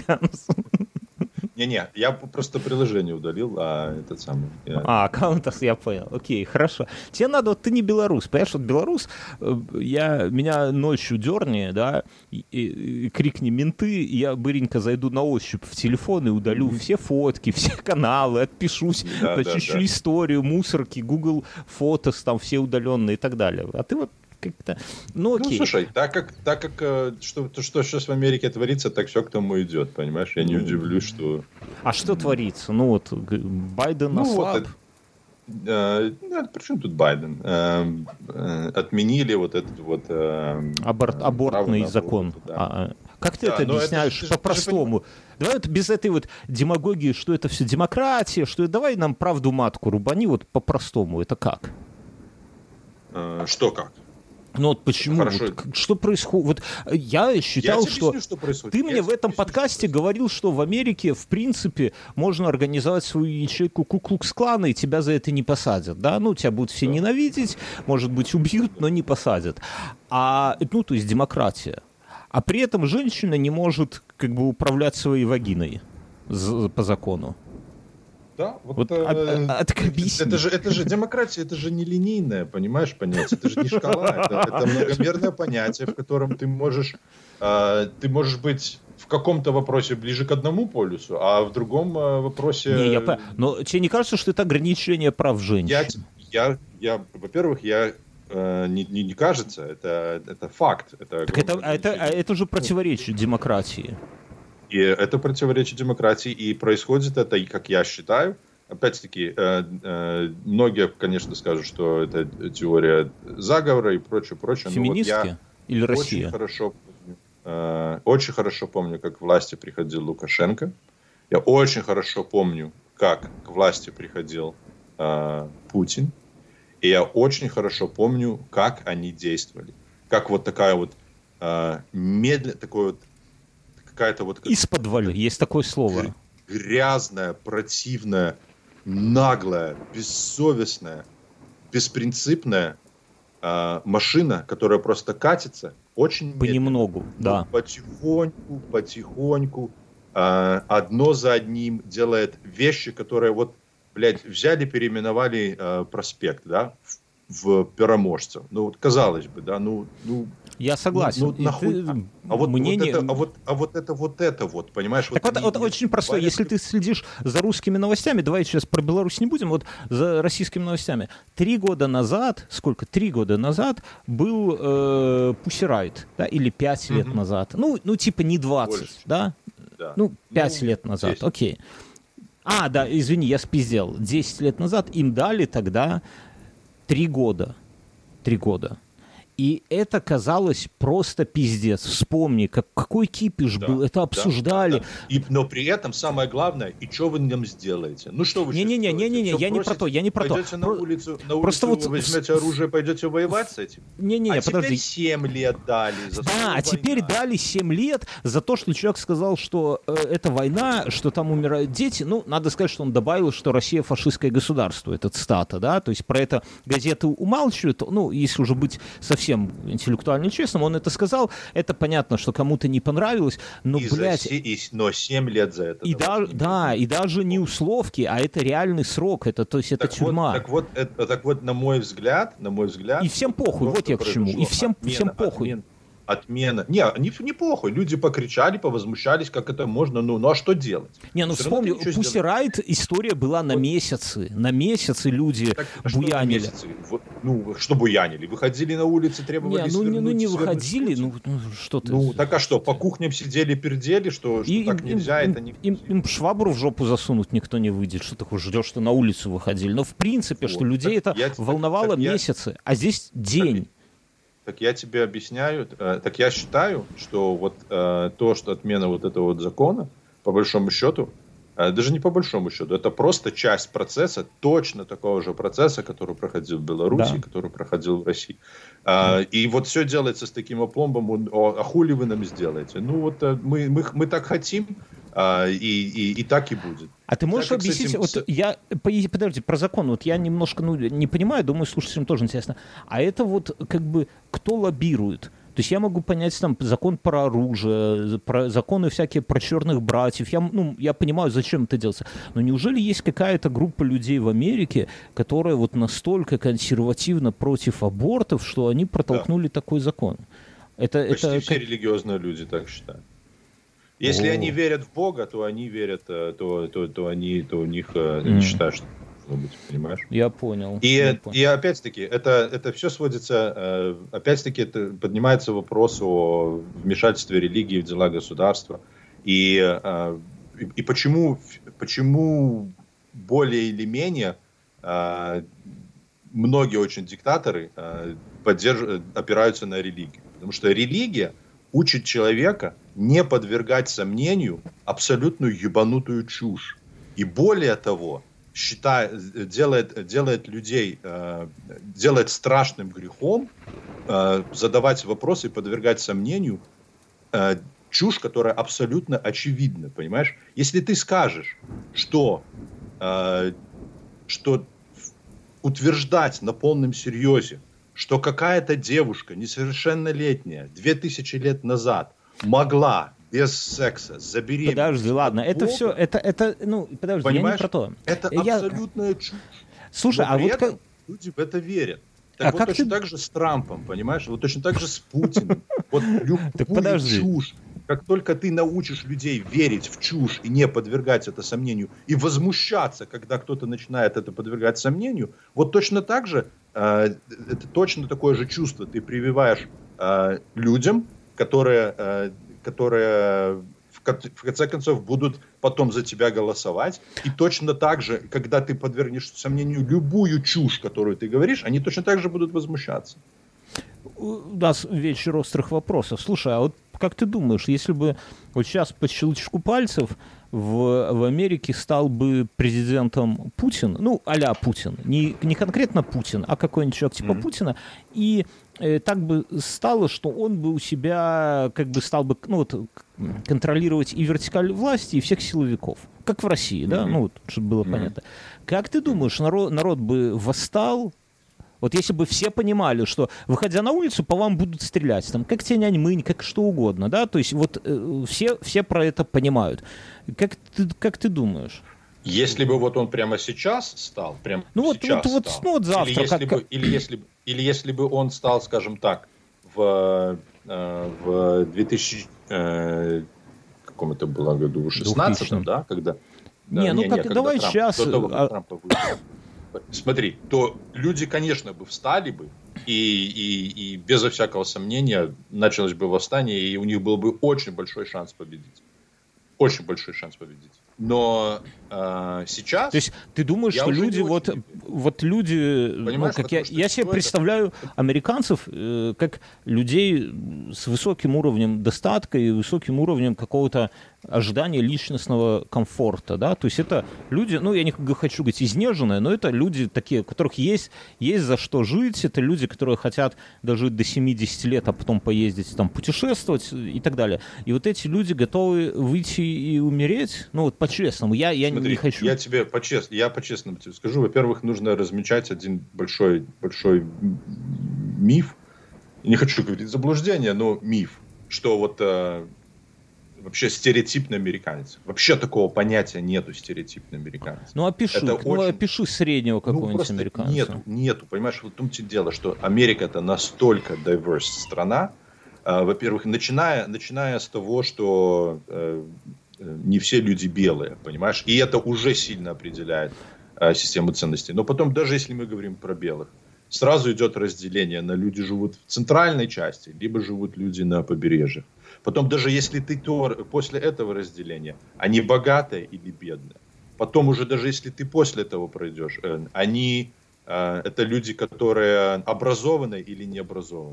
Не-не, я просто приложение удалил, а этот самый... Я... А, аккаунтов я понял. Окей, хорошо. Тебе надо, вот ты не белорус, понимаешь, вот белорус, я, меня ночью дерни, да, и, и, и крикни менты, и я быренько зайду на ощупь в телефон и удалю mm-hmm. все фотки, все каналы, отпишусь, да, почищу да, да. историю, мусорки, Google Фотос, там все удаленные и так далее. А ты вот как-то... Ну, окей. Ну, слушай, так как, так как э, что, то, что сейчас в Америке творится, так все к тому идет, понимаешь? Я не удивлюсь, что... А что творится? Ну, вот Байден ну, ослаб. Вот, э, э, при чем тут Байден? Э, э, отменили вот этот вот... Э, Аборт, абортный на закон. Аборт, да. а, как ты да, это объясняешь это, по-простому? Давай вот без этой вот демагогии, что это все демократия, что давай нам правду матку рубани вот по-простому. Это как? Э, что как? Ну вот почему? Вот, что происходит? Вот я считал, я что, объясню, что ты я мне в этом объясню, подкасте что говорил, что в Америке, в принципе, можно организовать свою ячейку Ку-Клукс-клана, и тебя за это не посадят, да? Ну, тебя будут все да. ненавидеть, может быть, убьют, но не посадят. А, ну, то есть демократия. А при этом женщина не может, как бы, управлять своей вагиной по закону. Да, вот, вот э, а, а, так это, же, это же демократия, это же не линейное, понимаешь, понятие, это же не шкала, это, это многомерное понятие, в котором ты можешь, э, ты можешь быть в каком-то вопросе ближе к одному полюсу, а в другом э, вопросе... Не, я, но тебе не кажется, что это ограничение прав женщин? Я, я, я во-первых, я э, не, не, не кажется, это, это факт. Это, это, а это, а это же противоречит демократии. И это противоречит демократии, и происходит это, как я считаю, опять-таки, э, э, многие, конечно, скажут, что это теория заговора и прочее, прочее. Феминистки но вот я или Россия? Очень хорошо, э, очень хорошо помню, как к власти приходил Лукашенко. Я очень хорошо помню, как к власти приходил э, Путин. И я очень хорошо помню, как они действовали. Как вот такая вот э, медленная, такой вот какая-то вот... Как, Из-под есть такое слово. Грязная, противная, наглая, бессовестная, беспринципная э, машина, которая просто катится очень понемногу, медленно, да. Потихоньку, потихоньку, э, одно за одним делает вещи, которые вот, блядь, взяли, переименовали э, проспект, да, в, в Пероможцев. Ну, вот, казалось бы, да, ну... ну я согласен. Ну, нахуй, ты, а, а, вот, мне вот не... это, а, вот, а вот это вот это вот, понимаешь? Так вот, вот, вот очень просто. Если ты следишь за русскими новостями, давай сейчас про Беларусь не будем, вот за российскими новостями. Три года назад, сколько? Три года назад был э, Pussy Riot, да, или пять лет mm-hmm. назад. Ну, ну, типа не двадцать, больше. Да? да? Ну, пять ну, лет назад, десять. Окей. А, да, извини, я спиздел. Десять лет назад им дали тогда три года. Три года. И это казалось просто пиздец. Вспомни, как, какой кипиш да, был, это обсуждали. Да, да. И, но при этом самое главное, и что вы нам сделаете? Ну что вы не, не, не, не, не, не, я не про то, я не про пойдете то. на улицу, на улицу вот... возьмете оружие, пойдете воевать с этим? Не, не, а подожди. теперь семь лет дали. За да, а теперь война. Дали семь лет за то, что человек сказал, что э, это война, что там умирают дети. Ну, надо сказать, что он добавил, что Россия фашистское государство, это цитата, да, то есть про это газеты умалчивают, ну, если уже быть совсем интеллектуально честным, он это сказал, это понятно, что кому-то не понравилось, но, и блядь... За, и, но семь лет за это. И да, да, и даже не условки, а это реальный срок, это, то есть это так тюрьма. Вот, так, вот, это, так вот, на мой взгляд, на мой взгляд... И всем похуй, вот я к чему, и всем, отмена, всем похуй. Отмена, отмена. Не, не, не похуй, люди покричали, повозмущались, как это можно, ну, ну а что делать? Не, ну все вспомни, Pussy Riot история была на вот. месяцы, на месяцы люди так, а буянили. Что вот, ну, что буянили? Выходили на улицы, требовали не, ну, свернуть, ну, не выходили, ну, ну, что ты... Ну, так а что, по кухням сидели, пердели, что, что и, так им, нельзя, им, это не... Им, им швабру в жопу засунуть никто не выйдет, что такое, ждешь, что на улицу выходили. Но в принципе, вот. что людей так это я, волновало так, так месяцы, я... а здесь день. Так, так я тебе объясняю, э, так я считаю, что вот э, то, что отмена вот этого вот закона, по большому счету, Даже не по большому счету. Это просто часть процесса, точно такого же процесса, который проходил в Беларуси, да. который проходил в России. Да. И вот все делается с таким опломбом. А хули вы нам сделаете? Ну вот мы, мы, мы так хотим, и, и, и так и будет. А ты можешь так, объяснить, этим... вот я, подожди, про закон, вот я немножко ну, не понимаю, думаю, слушателям тоже интересно. А это вот как бы кто лоббирует? То есть я могу понять там закон про оружие, про законы всякие про черных братьев. Я, ну, я понимаю, зачем это делается. Но неужели есть какая-то группа людей в Америке, которая вот настолько консервативно против абортов, что они протолкнули да. такой закон? Это, Почти это... все религиозные люди так считают. Если О. они верят в Бога, то они верят, то, то, то, они, то у них mm. они считают, что быть, понимаешь? Я понял. И, я понял. и опять-таки, это, это все сводится, опять-таки, это поднимается вопрос о вмешательстве религии в дела государства. И, и, и почему, почему более или менее многие очень диктаторы поддерж... опираются на религию. Потому что религия учит человека не подвергать сомнению абсолютную ебанутую чушь. И более того, считает, делает, делает людей, э, делает страшным грехом э, задавать вопросы и подвергать сомнению э, чушь, которая абсолютно очевидна, понимаешь? Если ты скажешь, что, э, что утверждать на полном серьезе, что какая-то девушка несовершеннолетняя две тысячи лет назад могла без секса забеременеть. Подожди, ладно, это Бога. Все, это, это, ну, подожди, понимаешь? Я не про то. Это я... абсолютная чушь. Слушай, но а при вот этом как... люди в это верят. Так а вот как точно ты... так же с Трампом, понимаешь? Вот точно так же с Путиным. Вот любую чушь. Как только ты научишь людей верить в чушь и не подвергать это сомнению, и возмущаться, когда кто-то начинает это подвергать сомнению, вот точно так же, э, это точно такое же чувство ты прививаешь э, людям, которые, э, которые в, в конце концов будут потом за тебя голосовать. И точно так же, когда ты подвергнешь сомнению любую чушь, которую ты говоришь, они точно так же будут возмущаться. У нас вечер острых вопросов. Слушай, а вот как ты думаешь, если бы вот сейчас по щелчку пальцев в, в Америке стал бы президентом Путин, ну, а-ля Путин, не, не конкретно Путин, а какой-нибудь человек типа mm-hmm. Путина, и э, так бы стало, что он бы у себя как бы стал бы ну, вот, контролировать и вертикаль власти, и всех силовиков, как в России, mm-hmm. да, ну, вот, чтобы было mm-hmm. понятно. Как ты думаешь, народ, народ бы восстал? Вот если бы все понимали, что, выходя на улицу, по вам будут стрелять, там, как Тяньаньмынь, как что угодно, да, то есть вот э, все, все про это понимают. Как ты, как ты думаешь? Если бы вот он прямо сейчас стал, прямо ну вот, сейчас вот, вот, стал, ну вот завтра. Или если, как... бы, или, если, или если бы он стал, скажем так, в, э, в две тысячи, э, каком это было году, шестнадцатом, да, когда... Не, да, ну не, как, не, давай Трамп, сейчас... До того, как Трампа вышел. Смотри, то люди, конечно, бы встали бы, и, и, и безо всякого сомнения началось бы восстание, и у них был бы очень большой шанс победить. Очень большой шанс победить. Но э, сейчас... То есть ты думаешь, что люди, вот, вот люди... Ну, как я, я себе представляю это? американцев э, как людей с высоким уровнем достатка и высоким уровнем какого-то ожидания личностного комфорта, да, то есть это люди, ну, я не хочу говорить изнеженные, но это люди такие, у которых есть, есть за что жить, это люди, которые хотят дожить до семидесяти лет, а потом поездить, там, путешествовать и так далее. И вот эти люди готовы выйти и умереть, ну, вот по-честному, я, я Смотри, не хочу... Я тебе по-честному, я по-честному тебе скажу, во-первых, нужно размечать один большой, большой миф, не хочу говорить заблуждение, но миф, что вот... вообще стереотипный американец. Вообще такого понятия нету, стереотипный американец. Ну опиши, это ну, очень... опиши среднего какого-нибудь ну, американца. Нету, нету, понимаешь, вот в том-то дело, что Америка это настолько diverse страна, э, во-первых, начиная, начиная с того, что э, не все люди белые, понимаешь, и это уже сильно определяет э, систему ценностей. Но потом, даже если мы говорим про белых, сразу идет разделение на люди живут в центральной части, либо живут люди на побережьях. Потом, даже если ты то, после этого разделения, они богатые или бедные. Потом уже даже если ты после этого пройдешь, они, это люди, которые образованные или необразованные.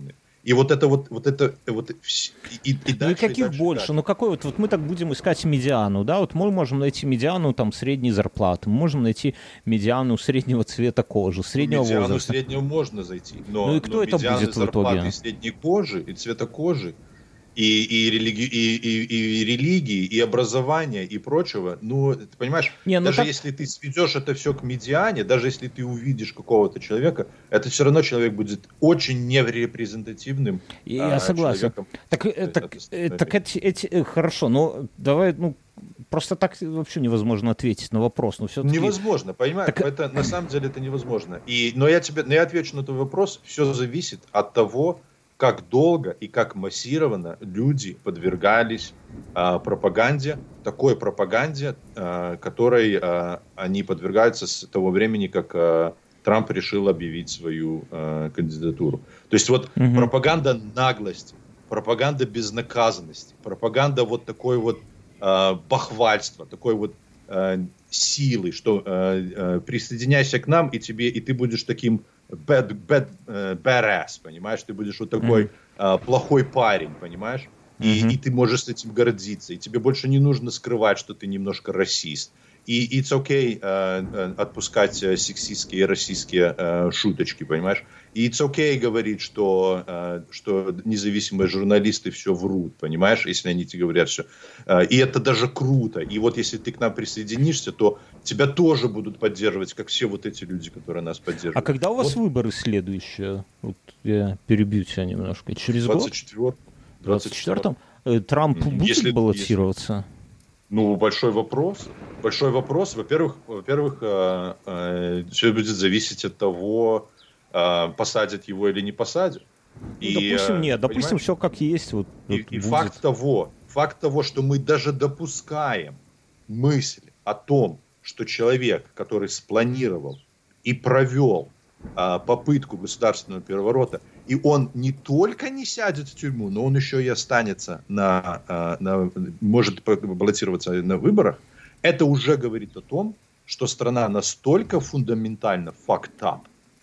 И вот это вот, вот это, вот, и, и ну дальше, и каких и дальше, больше? дальше. Ну какой вот, вот мы так будем искать медиану, да, вот мы можем найти медиану там средней зарплаты, мы можем найти медиану среднего цвета кожи, среднего ну, медиану возраста. среднего можно зайти, но, Ну и кто но это медианы будет в зарплаты итоге? и средней кожи, и цвета кожи, и, и, религи, и, и, и религии, и образования, и прочего, ну, ты понимаешь, Не, ну даже так... если ты сведешь это все к медиане, даже если ты увидишь какого-то человека, это все равно человек будет очень нерепрезентативным Я а, согласен. человеком. Так, Это, так, это, так эти, эти, хорошо, но давай, ну, просто так вообще невозможно ответить на вопрос. Но все-таки... Невозможно, понимаешь? Так... Это, на самом деле это невозможно. И, но, я тебе, но я отвечу на твой вопрос. Все зависит от того, как долго и как массированно люди подвергались а, пропаганде, такой пропаганде, а, которой а, они подвергаются с того времени, как а, Трамп решил объявить свою а, кандидатуру. То есть вот Угу. пропаганда наглости, пропаганда безнаказанности, пропаганда вот такой вот а, бахвальства, такой вот а, силы, что а, а, присоединяйся к нам, и тебе, и ты будешь таким bad, bad, uh, badass, понимаешь? Ты будешь вот такой mm-hmm. uh, плохой парень, понимаешь? И, mm-hmm. и ты можешь с этим гордиться. И тебе больше не нужно скрывать, что ты немножко расист. И it's okay uh, uh, отпускать uh, сексистские и расистские uh, шуточки, понимаешь? И it's okay говорить, что, uh, что независимые журналисты все врут, понимаешь? Если они тебе говорят все. Uh, и это даже круто. И вот если ты к нам присоединишься, то тебя тоже будут поддерживать, как все вот эти люди, которые нас поддерживают. А когда у вас вот. выборы следующие? Вот я перебью тебя немножко. Через двадцать четвёртом. год? В двадцать четвёртом? Трамп будет если, баллотироваться? Если... Ну, большой вопрос. Большой вопрос. Во-первых, во-первых, э, э, все будет зависеть от того, э, посадят его или не посадят. И, ну, допустим, нет, допустим, понимаешь? Все как есть. Вот, и вот и факт, того, факт того, что мы даже допускаем мысль о том, что человек, который спланировал и провел а, попытку государственного переворота, и он не только не сядет в тюрьму, но он еще и останется на, а, на может баллотироваться на выборах, это уже говорит о том, что страна настолько фундаментально fucked up,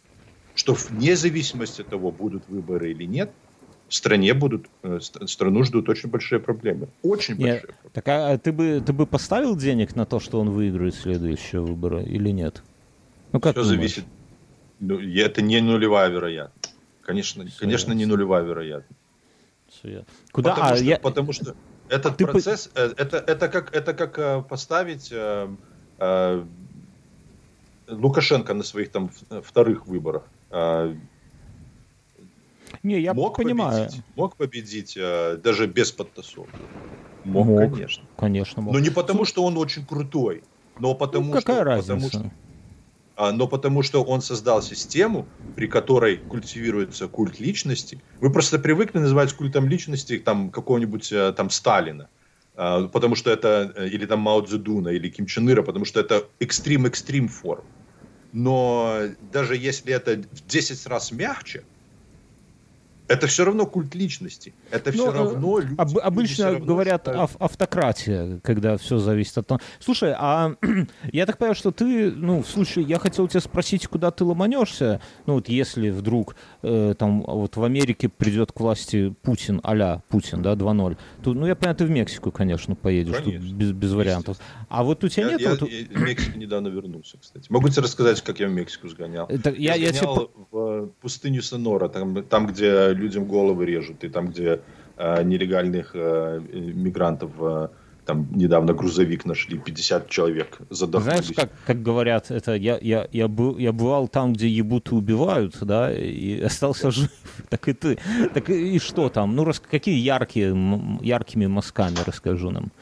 что вне зависимости от того, будут выборы или нет, в стране будут, страну ждут очень большие проблемы. Очень нет, большие проблемы. Так а ты бы, ты бы поставил денег на то, что он выиграет следующие выборы или нет? Ну, как Все зависит. Ну, это не нулевая вероятность. Конечно, Все конечно не нулевая вероятность. Все Куда? Потому, а, что, я... потому что этот ты процесс, по... это, это, как, это как поставить э, э, Лукашенко на своих там вторых выборах. Э, Не, я мог понимаю. Победить, мог победить э, даже без подтасовки. Мог, мог, конечно. Конечно мог. Но не потому, что он очень крутой, но потому, ну, какая что... разница? Потому, что а, но потому, что он создал систему, при которой культивируется культ личности. Вы просто привыкли называть культом личности там, какого-нибудь там Сталина. А, потому что это... Или там Мао Цзэдуна, или Ким Чен Ира, потому что это экстрим-экстрим форм. Но даже если это в десять раз мягче, это все равно культ личности. Это все ну, равно люди, об, Обычно люди равно говорят считают... ав, автократия, когда все зависит от того. Слушай, а я так понимаю, что ты, ну, в случае, я хотел тебя спросить, куда ты ломанешься, ну, вот если вдруг э, там вот в Америке придет к власти Путин, а-ля Путин, да, два ноль, то, ну, я понимаю, ты в Мексику, конечно, поедешь, конечно, тут без, без вариантов. А вот у тебя я, нет... Я, вот... я в Мексику недавно вернулся, кстати. Могу тебе рассказать, как я в Мексику сгонял. Это, я, я, я сгонял тебе... в пустыню Сонора, там, там, где людям головы режут, и там, где э, нелегальных э, мигрантов, э, там недавно грузовик нашли, пятьдесят человек задохнулись. Знаешь, как, как говорят, это я, я, я, был, я бывал там, где ебут и убивают, да, и остался жив. Так и ты. Так и, и что там? Ну, рас, какие яркие, яркими мазками расскажу нам.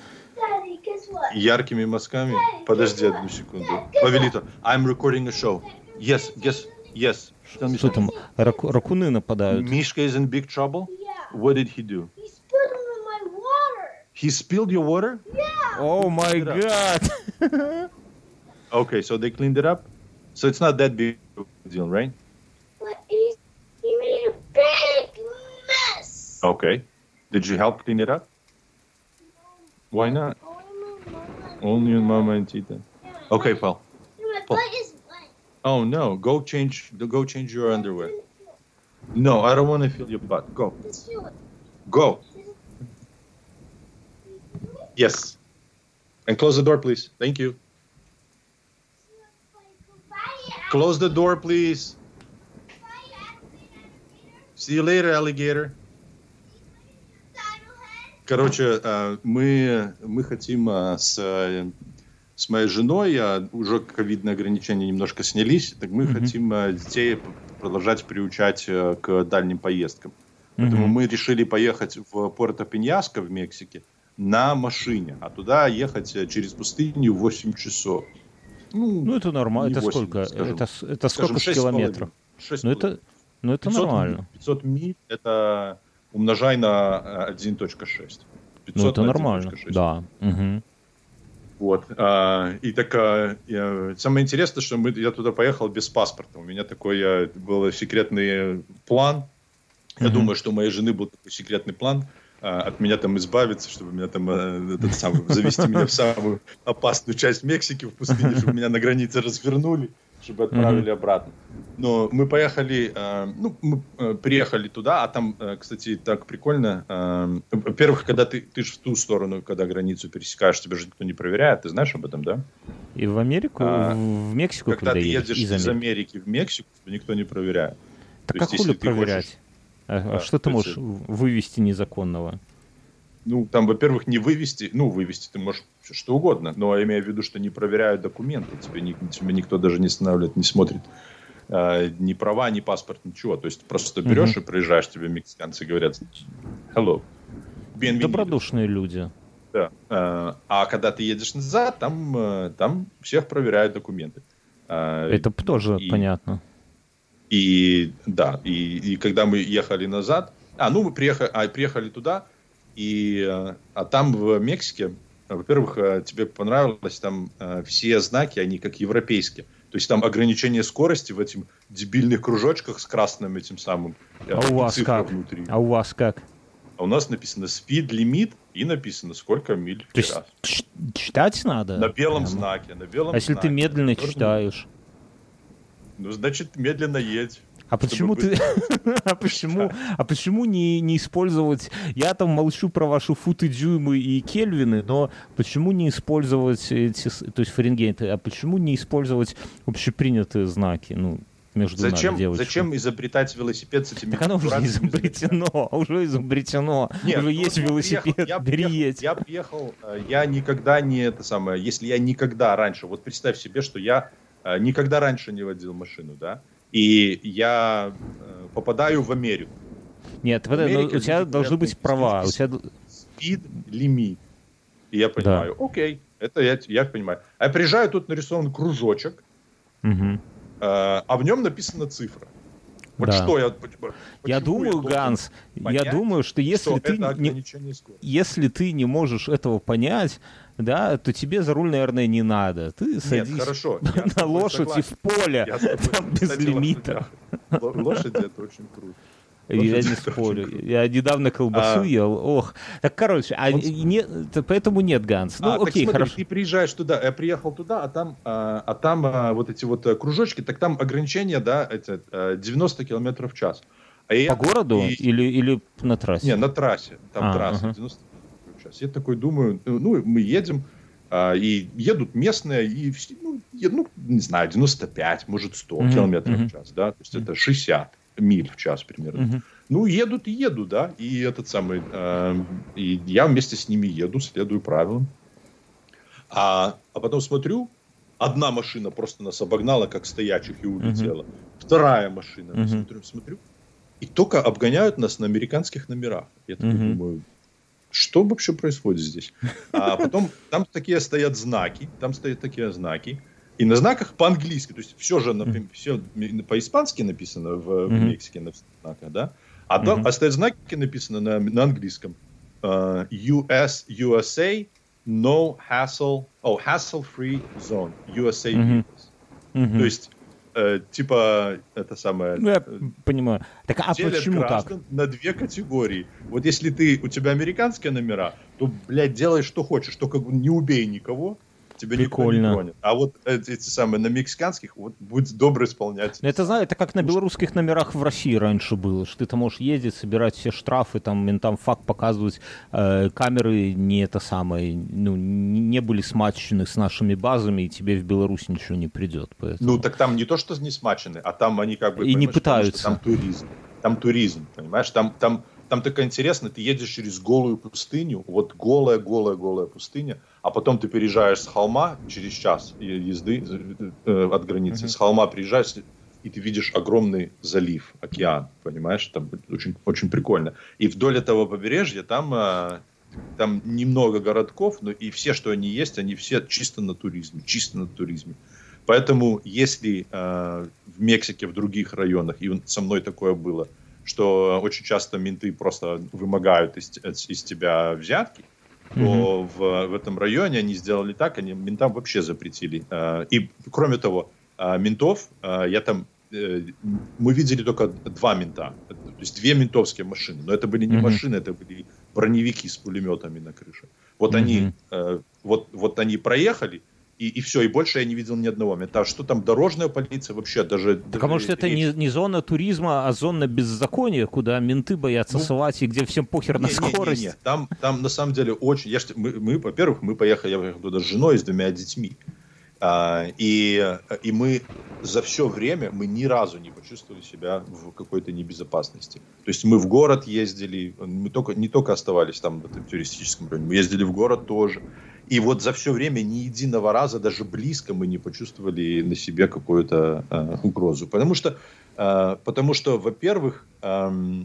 Яркими мазками? Подожди одну секунду. Павелито, I'm recording a show. Yes, yes, yes. Что там, раку, ракуны нападают? Мишка is in big trouble? Yeah. What did he do? He spilled my water. He spilled your water? Yeah. Oh my god! Okay, so they cleaned it up? So it's not that big of a deal, right? But he, he made a big mess. Okay. Did you help clean it up? Why not? Only Only my mama. your mama and Tita. Yeah, Okay, my- pal. My Paul. butt is wet. Oh no, go change go change your underwear. No, I don't want to feel your butt. Go. Go. Yes. And close the door, please. Thank you. Close the door, please. See you later, alligator. Короче, мы, мы хотим с, с моей женой, уже ковидные ограничения немножко снялись, так мы mm-hmm. хотим детей продолжать приучать к дальним поездкам. Mm-hmm. Поэтому мы решили поехать в Пуэрто-Пиньяско в Мексике на машине, а туда ехать через пустыню восемь часов. Ну, ну это нормально. Это восемь, сколько? Скажем, это, это сколько скажем, километров? шесть ну, это, ну, это пятьсот, нормально. пятьсот миль это умножай на один целых шесть. Ну, это нормально. Да. Угу. Вот. А, и так, а, я, самое интересное, что мы, я туда поехал без паспорта. У меня такой а, был секретный план. Я угу. думаю, что у моей жены был такой секретный план. От меня там избавиться, чтобы меня там этот самый, завести меня в самую опасную часть Мексики, в пустыне, чтобы меня на границе развернули, чтобы отправили mm-hmm. обратно. Но мы поехали, ну, мы приехали туда, а там, кстати, так прикольно. Во-первых, когда ты, ты же в ту сторону, когда границу пересекаешь, тебя же никто не проверяет, ты знаешь об этом, да? И в Америку, а, в Мексику, когда, когда ты едешь из Америки. из Америки в Мексику, тебя никто не проверяет. Так а хули проверять? Хочешь... А, а что ты можешь вывести незаконного? Ну, там, во-первых, не вывести, ну, вывести ты можешь все что угодно, но я имею в виду, что не проверяют документы, тебе, не, тебе никто даже не останавливает, не смотрит э, ни права, ни паспорт, ничего. То есть просто берешь uh-huh. и проезжаешь, тебе мексиканцы говорят hello. Bienvenido. Добродушные люди. Да. Э, а когда ты едешь назад, там, э, там всех проверяют документы. Э, Это тоже и... понятно. И да, и, и когда мы ехали назад, а ну мы приехали, а, приехали туда, и а там в Мексике, во-первых, тебе понравилось, там а, все знаки, они как европейские, то есть там ограничение скорости в этих дебильных кружочках с красным этим самым а у вас как? Внутри. А у вас как? А у нас написано speed limit и написано сколько миль в час. То есть читать надо? На белом прямо. знаке, на белом. А если знаке, ты медленно который... читаешь? Ну, значит, медленно едь. А почему ты... а почему, а почему не, не использовать... Я там молчу про ваши футы, дюймы и кельвины, но почему не использовать эти... То есть Фаренгейты, а почему не использовать общепринятые знаки? Ну, между зачем, нами, девочками. Зачем изобретать велосипед с этими... Так оно уже изобретено, уже изобретено. Нет, уже ну, есть велосипед, приехал, бери я едь. Я приехал, я никогда не это самое... Если я никогда раньше... Вот представь себе, что я никогда раньше не водил машину, да? И я э, попадаю в Америку. Нет, в Америке, у тебя должны быть права. У тебя... Speed limit. И я понимаю, да. окей, это я, я понимаю. А я приезжаю, тут нарисован кружочек, угу. э, а в нем написана цифра. Вот да. что я... Я думаю, я Ганс, понять, я думаю, что если что ты не, если ты не можешь этого понять, да, то тебе за руль, наверное, не надо. Ты Нет, садись хорошо, на лошадь и в поле, там без Кстати, лимита. Лошади это очень круто. Я не спорю. Я недавно колбасу а... ел. Ох. Так, короче, а Он... не... поэтому нет, Ганс. Ну, а, окей, смотри, хорошо. Ты приезжаешь туда, я приехал туда, а там, а, а там а, вот эти вот кружочки, так там ограничение, да, это девяносто километров в час. А По я... городу и... или, или на трассе? Не, на трассе. Там а, трасса ага. девяносто километров в час. Я такой думаю, ну, мы едем, а, и едут местные, и, ну, ед, ну, не знаю, девяносто пять, может, сто mm-hmm. километров mm-hmm. в час, да, то есть mm-hmm. это шестьдесят миль в час примерно. Mm-hmm. Ну, едут и едут, да, и этот самый, э, и я вместе с ними еду, следую правилам. А, а потом смотрю, одна машина просто нас обогнала, как стоячих, и улетела. Uh-huh. Вторая машина, uh-huh. смотрю, смотрю, и только обгоняют нас на американских номерах. Я такой uh-huh. думаю, что вообще происходит здесь? А потом там такие стоят знаки, там стоят такие знаки, и на знаках по-английски, то есть все же, например, все по-испански написано в, uh-huh. в Мексике на знаках, да? А там uh-huh. стоят знаки, написано на, на английском. Uh, ю эс, ю эс эй, no hassle, oh, hassle-free zone, ю эс эй uh-huh. uh-huh. То есть, э, типа, это самое... Ну, я понимаю. Так, а почему так? На две категории. Вот если ты, у тебя американские номера, то, блядь, делай, что хочешь, только не убей никого. тебя Прикольно. никто не тронет. А вот эти, эти самые на мексиканских, вот будь добр исполнять. Ну, это, знаю, это как на белорусских номерах в России раньше было, что ты там можешь ездить, собирать все штрафы, там ментам факт показывать, э, камеры не это самое, ну, не были смачены с нашими базами, и тебе в Беларусь ничего не придет. Поэтому... Ну, так там не то, что не смачены, а там они как бы... И не пытаются. Там туризм. Там туризм, понимаешь? Там, там, там так интересно, ты едешь через голую пустыню, вот голая-голая-голая пустыня, а потом ты переезжаешь с холма через час езды э, от границы, mm-hmm. с холма приезжаешь, и ты видишь огромный залив, океан, понимаешь? Там очень, очень прикольно. И вдоль этого побережья там, э, там немного городков, но и все, что они есть, они все чисто на туризме, чисто на туризме. Поэтому, если э, в Мексике, в других районах, и со мной такое было, что очень часто менты просто вымогают из, из тебя взятки, mm-hmm. то в, в этом районе они сделали так, они ментам вообще запретили. Э, и, кроме того, э, ментов, э, я там, э, мы видели только два мента, то есть две ментовские машины, но это были не mm-hmm. машины, это были броневики с пулеметами на крыше. Вот, mm-hmm. они, э, вот, вот они проехали, И, и все, и больше я не видел ни одного мента. Что там дорожная полиция вообще даже... Так даже а может это не, не зона туризма, а зона беззакония, куда менты боятся ну, совать, и где всем похер не, на скорость? Не, не, не. Там, там на самом деле очень... Я, мы, мы, во-первых, мы поехали, я поехал туда с женой и с двумя детьми. А, и, и мы за все время, мы ни разу не почувствовали себя в какой-то небезопасности. То есть мы в город ездили, мы только, не только оставались там в этом туристическом районе, мы ездили в город тоже. И вот за все время ни единого раза, даже близко, мы не почувствовали на себе какую-то э, угрозу. Потому что, э, потому что во-первых, э,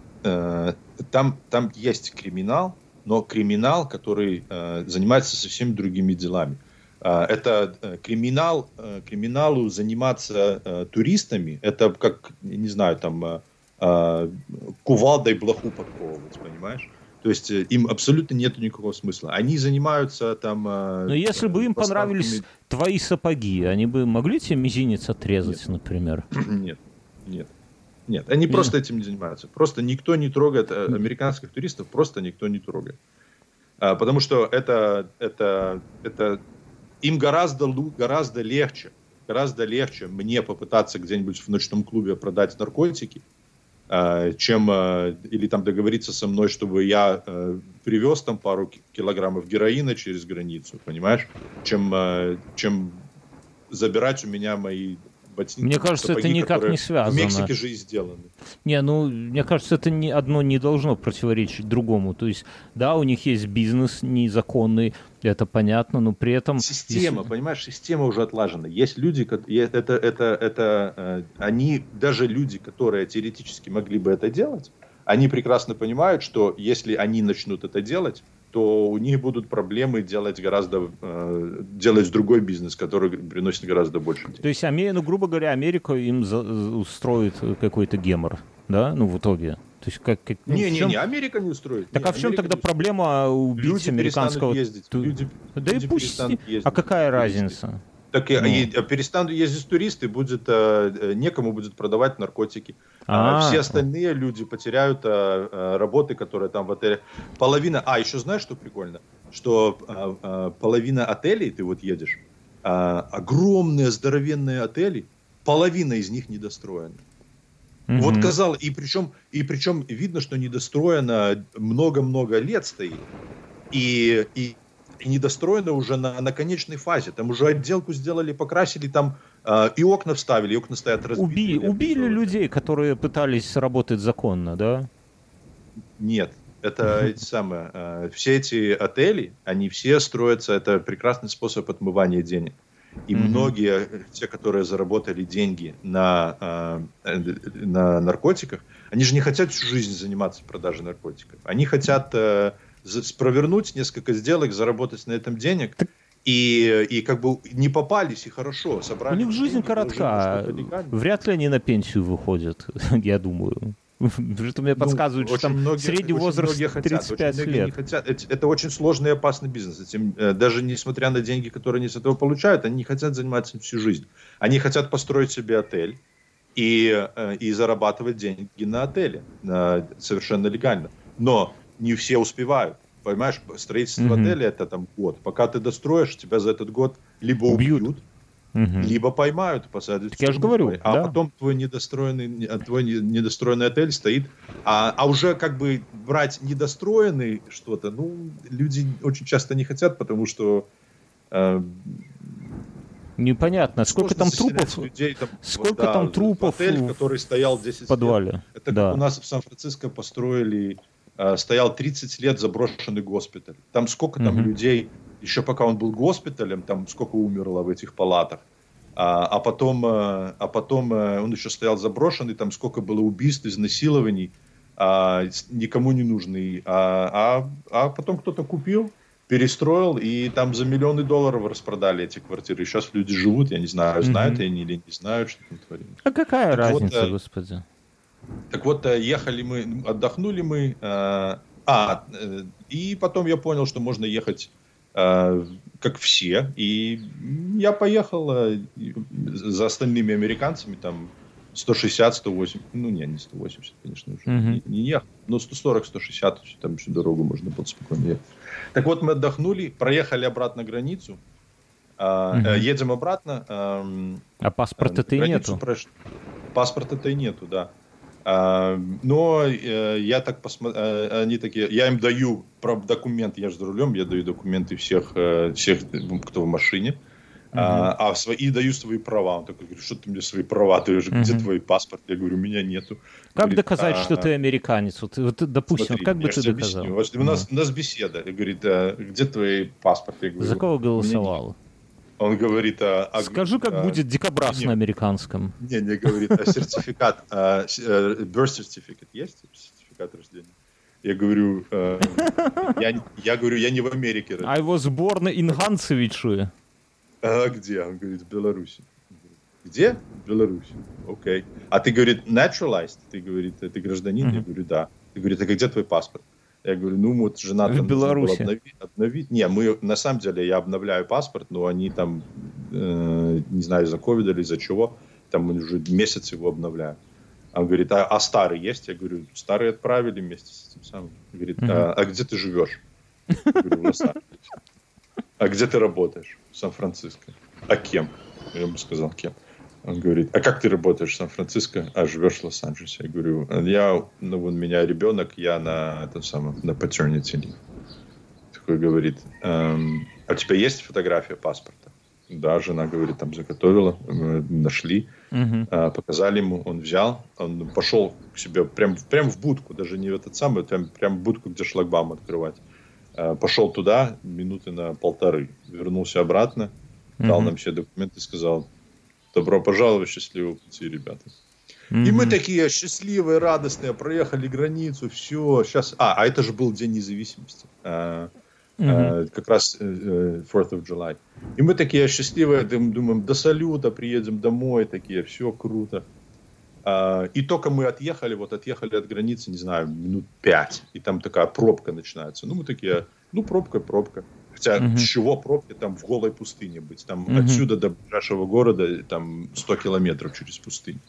э, там, там есть криминал, но криминал, который э, занимается совсем другими делами. Э, это э, криминал, э, криминалу заниматься э, туристами, это как, не знаю, там, э, э, кувалдой блоху подковывать, понимаешь? То есть им абсолютно нет никакого смысла. Они занимаются там... Но если бы им понравились твои сапоги, они бы могли тебе мизинец отрезать, нет. например? Нет, нет. Нет, они нет. просто этим не занимаются. Просто никто не трогает американских туристов, просто никто не трогает. А, потому что это, это, это им гораздо, гораздо легче, гораздо легче мне попытаться где-нибудь в ночном клубе продать наркотики, чем или там договориться со мной, чтобы я э, привез там пару килограммов героина через границу, понимаешь, чем, э, чем забирать у меня мои ботинки. Мне кажется, сапоги, это никак не связано. В Мексике же и сделаны. Не, ну, мне кажется, это ни, одно не должно противоречить другому. То есть, да, у них есть бизнес незаконный, это понятно, но при этом... Система, если... понимаешь, система уже отлажена. Есть люди, это, это, это, они, даже люди, которые теоретически могли бы это делать, они прекрасно понимают, что если они начнут это делать, то у них будут проблемы делать гораздо э, делать другой бизнес, который приносит гораздо больше денег. То есть, ну, грубо говоря, Америка им за, устроит какой-то гемор, да, ну, в итоге. То есть, как, как, ну, не, чем... не, не, Америка не устроит. Так не, а в чем Америка тогда проблема убить люди американского... Ездить, Ту... люди, да люди и пусть... ездить. А какая разница? Так ну. и, перестанут ездить туристы, будет, э, некому будет продавать наркотики. А, все остальные люди потеряют а, работы, которые там в отеле. Половина... А, еще знаешь, что прикольно? Что а, а, половина отелей, ты вот едешь, а, огромные здоровенные отели, половина из них недостроены. Mm-hmm. Вот казалось, и причем, и причем видно, что недостроено много-много лет стоит. И... и И недостроено уже на, на конечной фазе. Там уже отделку сделали, покрасили, там э, и окна вставили, и окна стоят разбитые. Уби, убили людей, которые пытались работать законно, да? Нет. Это эти самые, э, все эти отели, они все строятся, это прекрасный способ отмывания денег. И mm-hmm. многие, те, которые заработали деньги на, э, на наркотиках, они же не хотят всю жизнь заниматься продажей наркотиков. Они хотят... Э, провернуть несколько сделок, заработать на этом денег, и, и как бы не попались, и хорошо, собрали. У них жизнь деньги, коротка, вряд ли они на пенсию выходят, я думаю. Что мне подсказывают, ну, что там многие, средний возраст тридцать пять хотят, лет. Хотят. Это, это очень сложный и опасный бизнес. Этим, даже несмотря на деньги, которые они с этого получают, они не хотят заниматься всю жизнь. Они хотят построить себе отель и, и зарабатывать деньги на отеле совершенно легально. Но не все успевают. понимаешь, строительство Мгм. отеля это там год. Пока ты достроишь, тебя за этот год либо Убьют. убьют, Мгм. либо поймают и посадят Так в я же тюрьму. говорю, А да. потом твой недостроенный, не- а твой не- недостроенный отель стоит. А, а уже как бы брать недостроенный что-то, ну, люди очень часто не хотят, потому что э, Непонятно, сколько сложно там заселять трупов, людей там, сколько вот, да, там в трупов отель, в который стоял десять в лет. подвале. Это как Да. у нас в Сан-Франциско построили, э, стоял тридцать лет заброшенный госпиталь. Там сколько там Мгм. людей, еще пока он был госпиталем, там сколько умерло в этих палатах. А, а потом, э, а потом э, он еще стоял заброшенный, там сколько было убийств, изнасилований, а, с- никому не нужный. А, а, а потом кто-то купил, перестроил, и там за миллионы долларов распродали эти квартиры. И сейчас люди живут, я не знаю, знают Мгм. они или не знают, что там творится. А какая Так вот, разница, э, господи? Так вот, э, ехали мы, отдохнули мы, э, а, э, и потом я понял, что можно ехать э, как все, и я поехал э, и за остальными американцами, там сто шестьдесят сто восемьдесят, ну не, не сто восемьдесят, конечно, уже Мгм. не, не ехал, но сто сорок сто шестьдесят, там всю дорогу можно было спокойно ехать. Так вот, мы отдохнули, проехали обратно границу, а, Мгм. э, едем обратно, эм, А паспорта-то и границу нету. прош- Паспорта-то и нету, да. А, но э, я так посмотрел, они такие, я им даю про документы, я же за рулем, я даю документы всех, э, всех, кто в машине, а, а свои, и даю свои права. Он такой говорит, что ты мне свои права даешь, где Мгм. твой паспорт? Я говорю, у меня нету. Как Говорит, доказать, а, что ты американец? Вот, вот, допустим, смотри, как бы я ты ж тебе доказал? объясню. Вот у нас, у нас беседа. И говорит, а, где твой паспорт? Я говорю, За кого «У меня нет». голосовал? Он говорит, а, а, Скажи, как а, будет дикобраз не, на американском. Не, не говорит, а сертификат, а, с- э, birth certificate есть? Сертификат рождения? Я говорю, э, я, не- я говорю, я не в Америке родился. I was born in Ганцевиче. А где? Он говорит, в Беларуси. Где? В Беларуси. Окей. А ты, говорит, naturalized? Ты, говорит, ты гражданин? Я Мгм. говорю, да. Ты, говорит, а где твой паспорт? Я говорю, ну вот жена В там нужно было Беларуси. обновить, обновить. Не, мы, на самом деле, я обновляю паспорт, но они там, э, не знаю, из-за ковида или из-за чего, там уже месяц его обновляют. Он говорит, а, а старый есть? Я говорю, старый отправили вместе с этим самым. Говорит, а, а где ты живешь? Я говорю, в Лос-Анджелесе. А где ты работаешь? В Сан-Франциско. А кем? Я ему сказал, кем. Он говорит, а как ты работаешь в Сан-Франциско, а живешь в Лос-Анджелесе? Я говорю, я, ну, у меня ребенок, я на этом самом, на paternity leave. Такой говорит, «Эм, а у тебя есть фотография паспорта? Да, жена говорит, там заготовила, мы нашли, Мгм. а, показали ему, он взял, он пошел к себе прям, прям в будку, даже не в этот самый, прям, прям в будку, где шлагбаум открывать. А, пошел туда минуты на полторы, вернулся обратно, дал Мгм. нам все документы и сказал, добро пожаловать, счастливого пути, ребята. И мы Мгм. такие счастливые, радостные, проехали границу, все, сейчас... А, а это же был День независимости. А, Мгм. а, как раз э, э, fourth of July. И мы такие счастливые, дум- думаем, до салюта приедем домой, такие, все круто. А, и только мы отъехали, вот отъехали от границы, не знаю, минут пять, и там такая пробка начинается. Ну, мы такие, ну, пробка, пробка. Хотя, Мгм. с чего пробки там в голой пустыне быть? Там Мгм. отсюда до ближайшего города там сто километров через пустыню.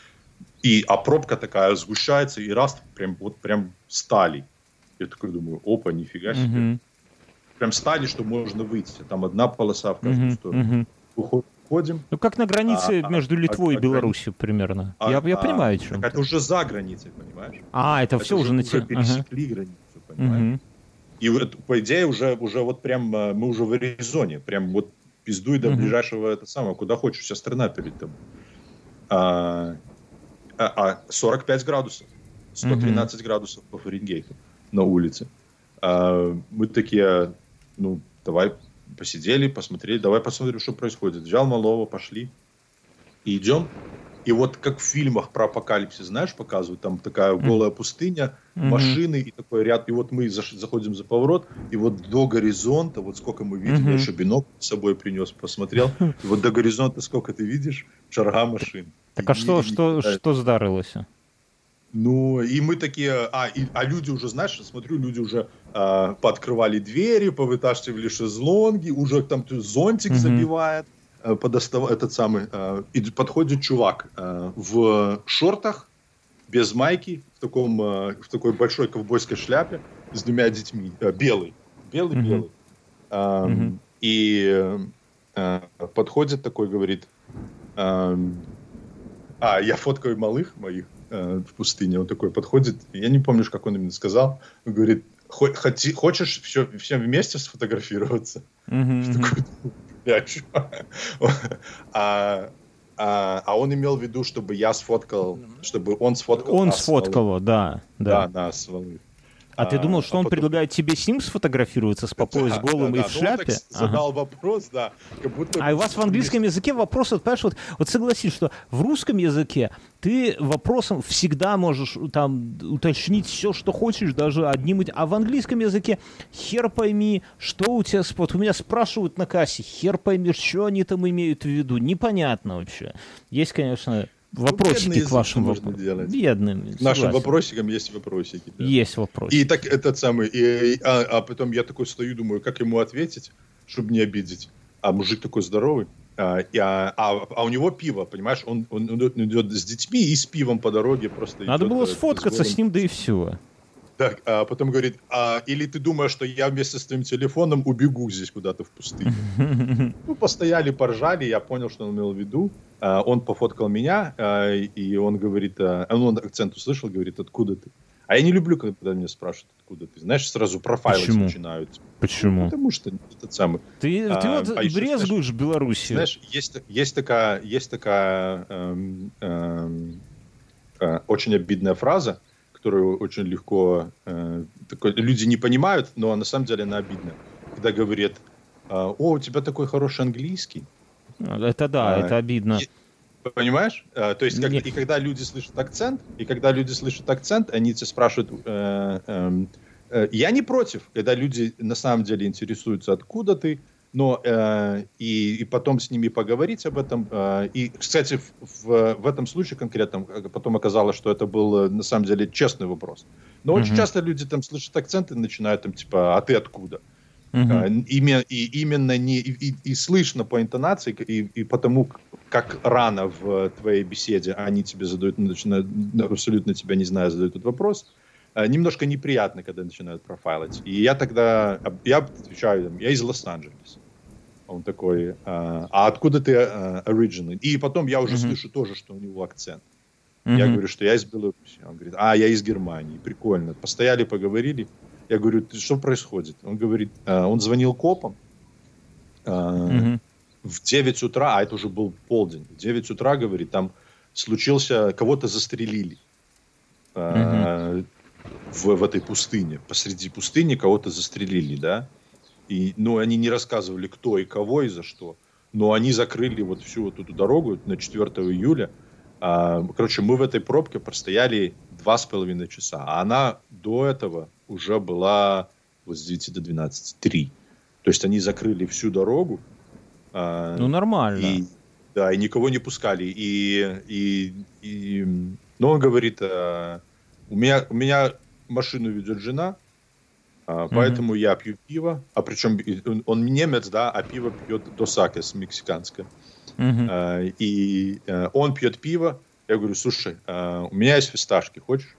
И, а пробка такая сгущается, и раз, прям, вот прям стали. Я такой думаю, опа, нифига себе. Мгм. Прям стали, что можно выйти. Там одна полоса в каждую Мгм. сторону. Мгм. Уходим. Ну, как на границе А, а, между Литвой а и Беларусью примерно. А- Я, я а, понимаю, о так чем это ты. уже за границей, понимаешь? А, это, Это все уже, на те... Ага. пересекли границу, понимаешь? Мгм. И вот, по идее, уже, уже вот прям э, мы уже в Аризоне. Прям вот пиздуй до Мгм. ближайшего, это самое, куда хочешь, вся страна перед тобой. А, а, а сорок пять градусов. сто тринадцать градусов по Фаренгейту на улице. А, мы такие, ну, давай посидели, посмотрели, давай посмотрим, что происходит. Взял малого, пошли. И идем. И вот как в фильмах про апокалипсис, знаешь, показывают, там такая голая пустыня, Мгм. машины и такой ряд. И вот мы заш- заходим за поворот, и вот до горизонта, вот сколько мы видим, Мгм. я еще бинокль с собой принес, посмотрел. И вот до горизонта сколько ты видишь? Шарга машин. Так а И- что, и- что, и- что здарилося? Ну, и мы такие, а, и, а люди уже, знаешь, смотрю, люди уже а, пооткрывали двери, повытаскивали шезлонги, уже там tu- зонтик Мгм. забивает, а, подостав... этот самый, а, и подходит чувак а, в шортах, без майки, в, таком, а, в такой большой ковбойской шляпе, с двумя детьми, э, белый, белый-белый. Mm-hmm. А, mm-hmm. И э, подходит такой, говорит, э, а, я фоткаю малых моих э, в пустыне, он такой подходит, я не помню, как он именно сказал, он говорит, Хоти, хочешь все, всем вместе сфотографироваться? Mm-hmm. Такой, а, а, а он имел в виду, чтобы я сфоткал, чтобы он сфоткал Он нас сфоткал, да, да. Да, нас с малых. А, а ты думал, что а он потом... предлагает тебе с ним сфотографироваться с по пояс да, голым да, и да. в шляпе? Он так ага. задал вопрос, да. Как будто... А у вас в английском языке вопрос, вот, понимаешь, вот, вот согласись, что в русском языке ты вопросом всегда можешь там уточнить все, что хочешь, даже одним... А в английском языке хер пойми, что у тебя... Вот у меня спрашивают на кассе, хер пойми, что они там имеют в виду. Непонятно вообще. Есть, конечно... Вопросики ну, к вашим вопросам. Бедным. К нашим вопросикам есть вопросики. Да. Есть вопросики. И так этот самый. И, а, а потом я такой стою, думаю, как ему ответить, чтобы не обидеть. А мужик такой здоровый. А, и, а, а у него пиво, понимаешь? Он, он, он идет с детьми и с пивом по дороге просто. Надо идет, было сфоткаться с, с ним, да и все. Так, а потом говорит, а, или ты думаешь, что я вместе с твоим телефоном убегу здесь куда-то в пустыне? Ну, постояли, поржали, я понял, что он имел в виду. А, он пофоткал меня, а, и он говорит, а, он акцент услышал, говорит, откуда ты? А я не люблю, когда меня спрашивают, откуда ты. Знаешь, сразу профайлить Почему? начинают. Почему? Ну, потому что этот самый... Ты, а, ты вот а брезгуешь Белоруссию. Знаешь, есть, есть такая, есть такая эм, эм, э, очень обидная фраза, которую очень легко... Э, такой, люди не понимают, но на самом деле она обидная. Когда говорят, о, у тебя такой хороший английский. Это да, а, это обидно. И, понимаешь? А, то есть, как, и когда люди слышат акцент, и когда люди слышат акцент, они тебя спрашивают... Э, э, э, я не против, когда люди на самом деле интересуются, откуда ты, но э, и, и потом с ними поговорить об этом. Э, и, кстати, в, в, в этом случае конкретном потом оказалось, что это был на самом деле честный вопрос. Но mm-hmm. очень часто люди там слышат акцент и начинают там типа, а ты откуда? Mm-hmm. Э, имя, и именно не и, и, и слышно по интонации и, и потому, как рано в твоей беседе они тебе задают, начинают, абсолютно тебя не зная, задают этот вопрос. Немножко неприятно, когда начинают профайлить. И я тогда, я отвечаю, я из Лос-Анджелеса. Он такой, а, а откуда ты uh, originally? И потом я уже mm-hmm. слышу тоже, что у него акцент. Mm-hmm. Я говорю, что я из Беларуси. Он говорит, а, я из Германии. Прикольно. Постояли, поговорили. Я говорю, что происходит? Он говорит, а, он звонил копам а, mm-hmm. в девять утра, а это уже был полдень. В девять утра, говорит, там случился, кого-то застрелили. Mm-hmm. В, в этой пустыне. Посреди пустыни кого-то застрелили, да? И, ну, они не рассказывали, кто и кого и за что. Но они закрыли вот всю вот эту дорогу на четвёртого июля. А, короче, мы в этой пробке простояли два с половиной часа. А она до этого уже была вот с девяти до двенадцати, три. То есть они закрыли всю дорогу. А, ну, нормально. И, да, и никого не пускали. И, и, и, но он говорит, а, у меня, у меня машину ведет жена, а, поэтому mm-hmm. я пью пиво. А причем он, он немец, да, а пиво пьет досакес мексиканское. Mm-hmm. А, и а, он пьет пиво. Я говорю, слушай, а, у меня есть фисташки, хочешь?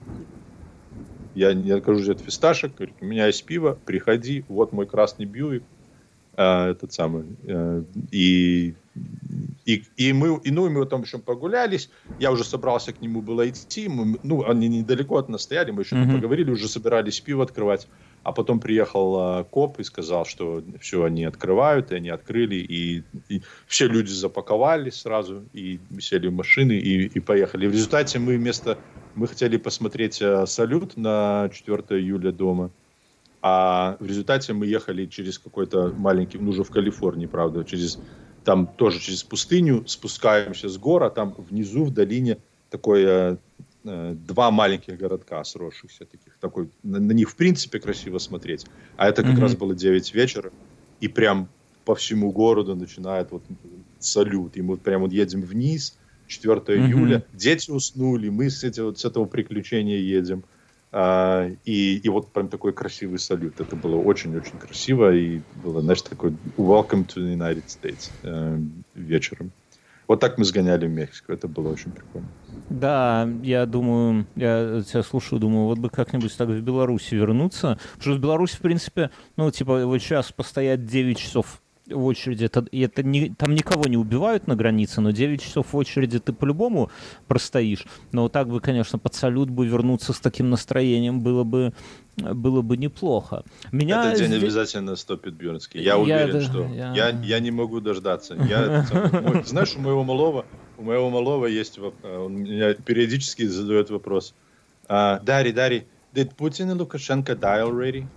Я не откажусь от фисташек. Говорит, у меня есть пиво, приходи, вот мой красный Бьюик. А, этот самый. А, и, и, и мы, и, ну, и мы потом еще погулялись. Я уже собрался к нему было идти. Мы, ну, они недалеко от нас стояли, мы еще mm-hmm. поговорили, уже собирались пиво открывать. А потом приехал а, коп и сказал, что все, они открывают, и они открыли. И, и все люди запаковали сразу, и сели в машины, и, и поехали. И в результате мы вместо... Мы хотели посмотреть а, салют на четвёртого июля дома. А в результате мы ехали через какой-то маленький, ну, уже в Калифорнии, правда, через, там тоже через пустыню, спускаемся с гор, а там внизу, в долине, такое, э, два маленьких городка сросшихся таких, такой, на, на них, в принципе, красиво смотреть. А это как mm-hmm. раз было девять вечера, и прям по всему городу начинает вот салют. И мы вот прям вот едем вниз, четвёртого mm-hmm. июля, дети уснули, мы с, эти, вот, с этого приключения едем. Uh, и, и вот прям такой красивый салют. Это было очень-очень красиво. И было, знаешь, такой welcome to the United States uh, вечером. Вот так мы сгоняли в Мексику. Это было очень прикольно. Да, я думаю, я тебя слушаю, думаю, вот бы как-нибудь так в Беларуси вернуться. Потому что в Беларуси, в принципе, ну, типа, вот сейчас постоять девять часов в очереди, это, это не, там никого не убивают на границе, но девять часов в очереди ты по-любому простоишь. Но вот так бы, конечно, под салют бы вернуться с таким настроением было бы, было бы неплохо. Меня Этот день здесь... обязательно наступит, Бьернский. Я, я уверен, да, что я... Я, я не могу дождаться. Я, мой, знаешь, у моего малого, у моего малого есть, он меня периодически задает вопрос. Uh, Daddy, Daddy, did Putin and Lukashenko die already?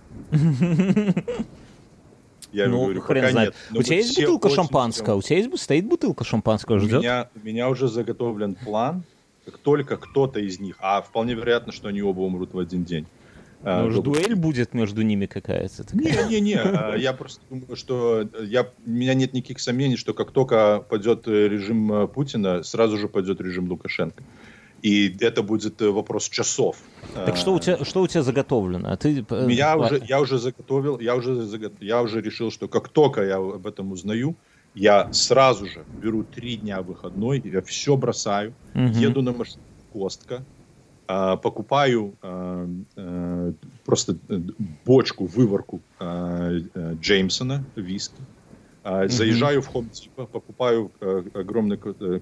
Я ему ну, говорю, хрен пока знает. нет. У тебя есть бутылка шампанского? У тебя есть, стоит бутылка шампанского, ждет? У меня, у меня уже заготовлен план, как только кто-то из них, а вполне вероятно, что они оба умрут в один день. Ну, а, дуэль будет между ними какая-то? Не-не-не, я просто думаю, что я, у меня нет никаких сомнений, что как только пойдет режим Путина, сразу же пойдет режим Лукашенко. И это будет вопрос часов. Так что у тебя, что у тебя заготовлено? А ты... я, уже, я уже заготовил, я уже, я уже решил, что как только я об этом узнаю, я сразу же беру три дня выходной, я все бросаю, угу. еду на машине Костка, покупаю просто бочку, выворку Джеймсона, виски, заезжаю в Home Depot, покупаю огромный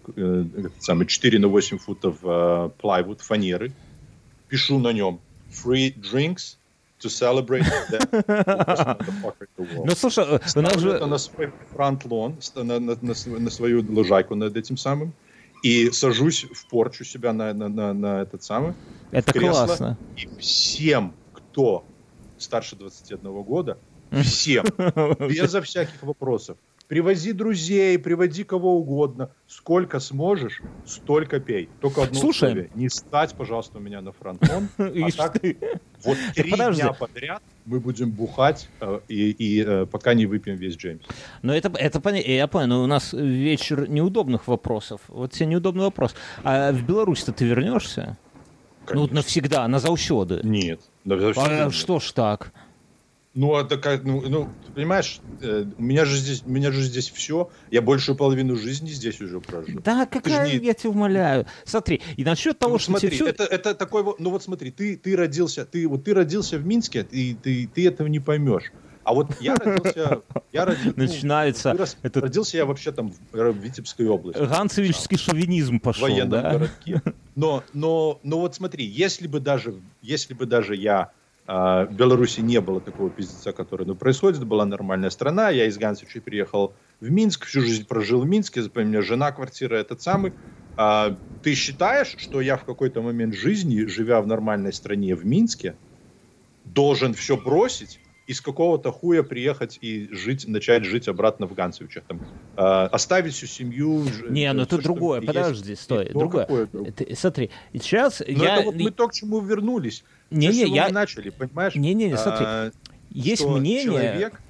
самый четыре на восемь футов plywood, фанеры, пишу на нем free drinks to celebrate the motherfucker in the world. Ну, слушай, ставлю же... это на свой фронт-лон, на, на, на, на свою лужайку над этим самым, и сажусь в порч у себя на, на, на, на этот самый, это в кресло, классно. И всем, кто старше двадцати одного года, всем, безо всяких вопросов, привози друзей, приводи кого угодно, сколько сможешь, столько пей. Только одно Слушай, условие, не стать, пожалуйста, у меня на фронтон, а так вот три дня подряд мы будем бухать, и, и пока не выпьем весь Джеймс. Ну, это, это понятно, я понял, но у нас вечер неудобных вопросов. Вот тебе неудобный вопрос. А в Беларусь-то ты вернешься? Конечно. Ну, навсегда, назаўсёды? Нет. А нет. Что ж так? Ну, это как, ну, ну, ты понимаешь, э, у меня же здесь, у меня же здесь все, я большую половину жизни здесь уже прожил. Да, какая, не... я тебя умоляю. Смотри, и насчет того, ну, что смотри, тебе все... это, это такой вот, ну вот смотри, ты, ты родился, ты, вот ты родился в Минске, и ты, ты этого не поймешь. А вот я родился, я родился, начинается, ну, это... родился я вообще там в Витебской области. Ганцевичский шовинизм пошел, в военном да? городке. Но, но, но вот смотри, если бы даже, если бы даже я в Беларуси не было такого пиздеца, который ну, происходит, была нормальная страна, я из Ганцевича переехал в Минск, всю жизнь прожил в Минске, у меня жена, квартира, этот самый. А, ты считаешь, что я в какой-то момент жизни, живя в нормальной стране в Минске, должен все бросить и с какого-то хуя приехать и жить, начать жить обратно в Ганцевичах? Там, а, оставить всю семью? Не, ну это другое, подожди, есть. Стой, другое. Ты, смотри, сейчас но я... это вот мы только к чему вернулись. Не, не, я... мы начали, понимаешь? Не, не, не, смотри. А, есть мнение... Человек...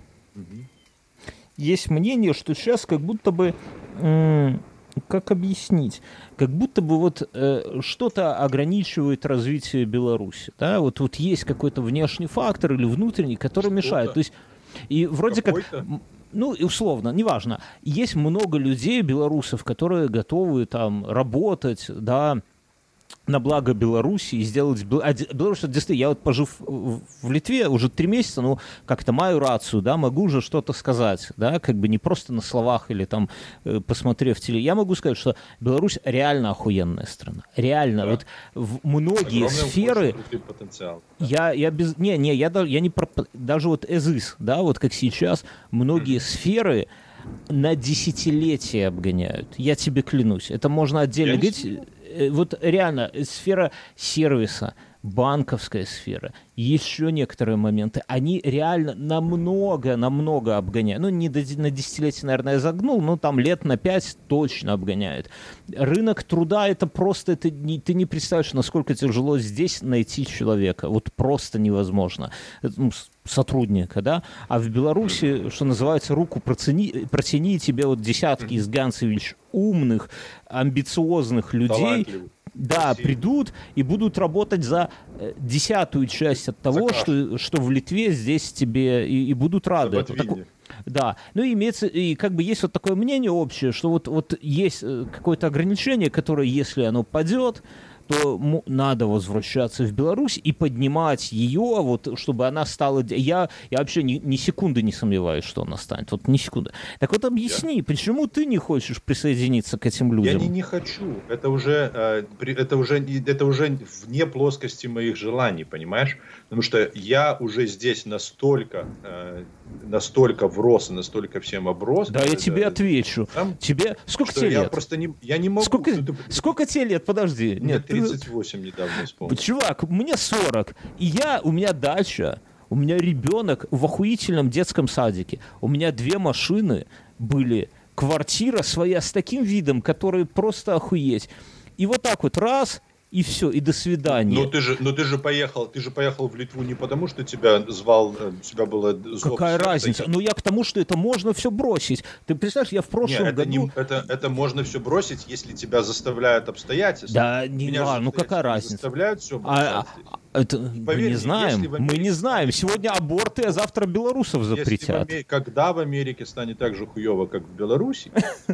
Есть мнение, что сейчас как будто бы... М- как объяснить? Как будто бы вот э, что-то ограничивает развитие Беларуси. Да? Вот, вот есть какой-то внешний фактор или внутренний, который что-то мешает. То есть, и вроде какой-то... как... Ну, условно, неважно. Есть много людей, белорусов, которые готовы там работать, да, на благо Беларуси и сделать... Беларусь, действительно, я вот пожив в Литве уже три месяца, ну, как-то мою рацию, да, могу уже что-то сказать, да, как бы не просто на словах или там посмотрев теле. Я могу сказать, что Беларусь реально охуенная страна. Реально. Да. Вот в многие огромный сферы... потенциал. Я, я без... Не, не, я, я не... Даже вот as is, да, вот как сейчас, многие mm-hmm. сферы на десятилетия обгоняют. Я тебе клянусь. Это можно отдельно говорить... Вот реально, сфера сервиса, банковская сфера, еще некоторые моменты, они реально намного, намного обгоняют. Ну, не до, на десятилетие, наверное, я загнул, но там лет на пять точно обгоняют. Рынок труда, это просто, это не, ты не представляешь, насколько тяжело здесь найти человека. Вот просто невозможно. Ну, сотрудника, да? А в Беларуси, что называется, руку протяни, протяни тебе вот десятки из Ганцевич умных, амбициозных людей, да, придут и будут работать за десятую часть от того, что, что в Литве здесь тебе и, и будут рады. Так, да, ну и имеется, и как бы есть вот такое мнение общее, что вот, вот есть какое-то ограничение, которое, если оно падет, то надо возвращаться в Беларусь и поднимать ее, вот, чтобы она стала... Я, я вообще ни, ни секунды не сомневаюсь, что она станет. Вот ни секунды. Так вот объясни, я? почему ты не хочешь присоединиться к этим людям? Я не, не хочу. Это уже, это, уже, это уже вне плоскости моих желаний, понимаешь? Потому что я уже здесь настолько, настолько врос и настолько всем оброс. Да, я тебе да, отвечу. Там, тебе... Сколько тебе я лет? Просто не, я не могу... Сколько, ну, ты... сколько тебе лет? Подожди. Нет, тридцать восемь недавно исполнилось. Чувак, мне сорок. И я, у меня дача, у меня ребенок в охуительном детском садике. У меня две машины были, квартира своя с таким видом, который просто охуеть. И вот так вот раз... И все, и до свидания. Но ты же, но ты же поехал, ты же поехал в Литву не потому, что тебя звал, тебя было зов. Какая разница? Ну я к тому, что это можно все бросить. Ты представляешь, я в прошлом Нет, это году... Не, это, это можно все бросить, если тебя заставляют обстоятельства. Да, не важно, ну какая разница? Заставляют все бросать. А, а, это Поверь, мы не знаем, Америке, мы не знаем. Сегодня аборты, а завтра белорусов запретят. Если в Америке, когда в Америке станет так же хуево, как в Беларуси,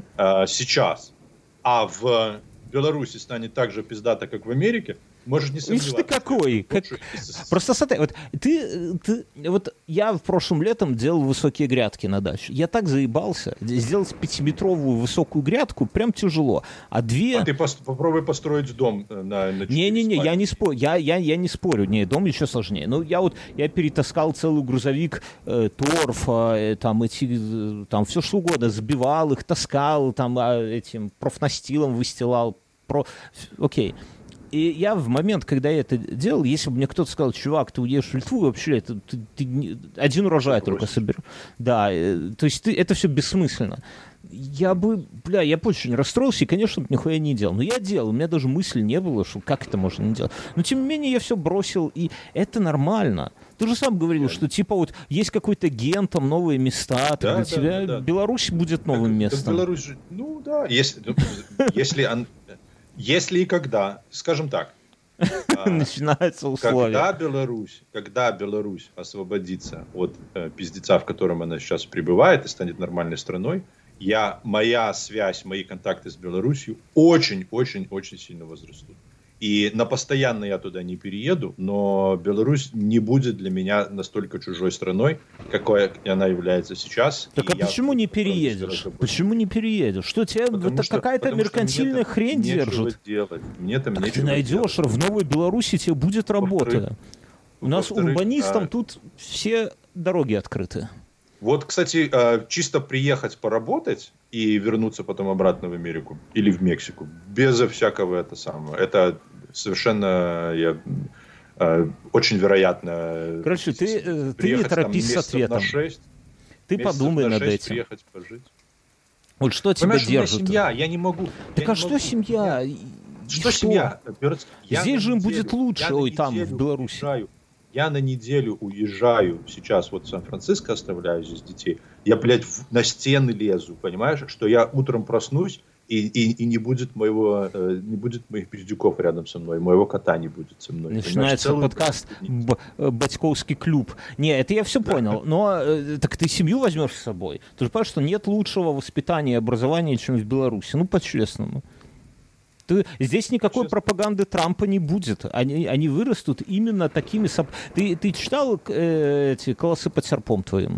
сейчас, а в Беларуси станет так же пиздато, как в Америке, можешь не сомневаться. Видишь, ты какой? Как... Просто смотри, вот, ты, ты, вот я в прошлом летом делал высокие грядки на даче. Я так заебался. Сделать пятиметровую высокую грядку прям тяжело. А две... А ты пос- попробуй построить дом на Не-не-не, я не спорю. Я, я, я не спорю. Не, дом еще сложнее. Ну, я вот я перетаскал целый грузовик э, торфа, э, там, эти, э, там все что угодно. Сбивал их, таскал, там, э, этим профнастилом выстилал. Про... Окей. И я в момент, когда я это делал, если бы мне кто-то сказал, чувак, ты уедешь в Литву, вообще это, ты, ты один урожай ты только соберешь. Да, то есть ты, это все бессмысленно. Я бы, бля, я бы очень расстроился и, конечно, бы нихуя не делал. Но я делал, у меня даже мысли не было, что как это можно не делать. Но, тем не менее, я все бросил, и это нормально. Ты же сам говорил, что, типа, вот есть какой-то ген, там, новые места, да, для да, тебя да, да. Беларусь будет новым так, местом. Беларусь, ну, да, если... если он... Если и когда, скажем так, начинаются условия. Когда Беларусь, когда Беларусь освободится от э, пиздеца, в котором она сейчас пребывает, и станет нормальной страной, я, моя связь, мои контакты с Беларусью очень-очень-очень сильно возрастут. И на постоянно я туда не перееду, но Беларусь не будет для меня настолько чужой страной, какой она является сейчас. Так а почему не переедешь? Почему не переедешь? Что тебе какая-то меркантильная хрень держит? Мне там так ты найдешь, делать. В Новой Беларуси тебе будет работа. У нас урбанистам а... тут все дороги открыты. Вот, кстати, чисто приехать поработать и вернуться потом обратно в Америку или в Мексику, безо всякого это самого. Это совершенно я, э, очень вероятно. Короче, ты, ты не торопись с ответом. шесть, ты подумай над этим. Приехать, пожить. Вот что тебя держит? Семья, я не могу. Так а что могу. Семья? Я... Что, что семья? Я Здесь же им будет лучше, ой, там, в Беларуси. Уезжаю. Я на неделю уезжаю, сейчас вот в Сан-Франциско оставляю здесь детей. Я, блядь, на стены лезу, понимаешь? Что я утром проснусь, и, и, и не будет моего, э, не будет моих пиздюков рядом со мной, моего кота не будет со мной. Начинается подкаст б- «Батьковский клуб». Не, это я все да. понял, но э, так ты семью возьмешь с собой. Ты же понимаешь, что нет лучшего воспитания и образования, чем в Беларуси. Ну, по-честному. Ты, здесь никакой Сейчас... пропаганды Трампа не будет. Они, они вырастут именно такими... Соп... Ты, ты читал э, эти «Колосы под серпом» твоим?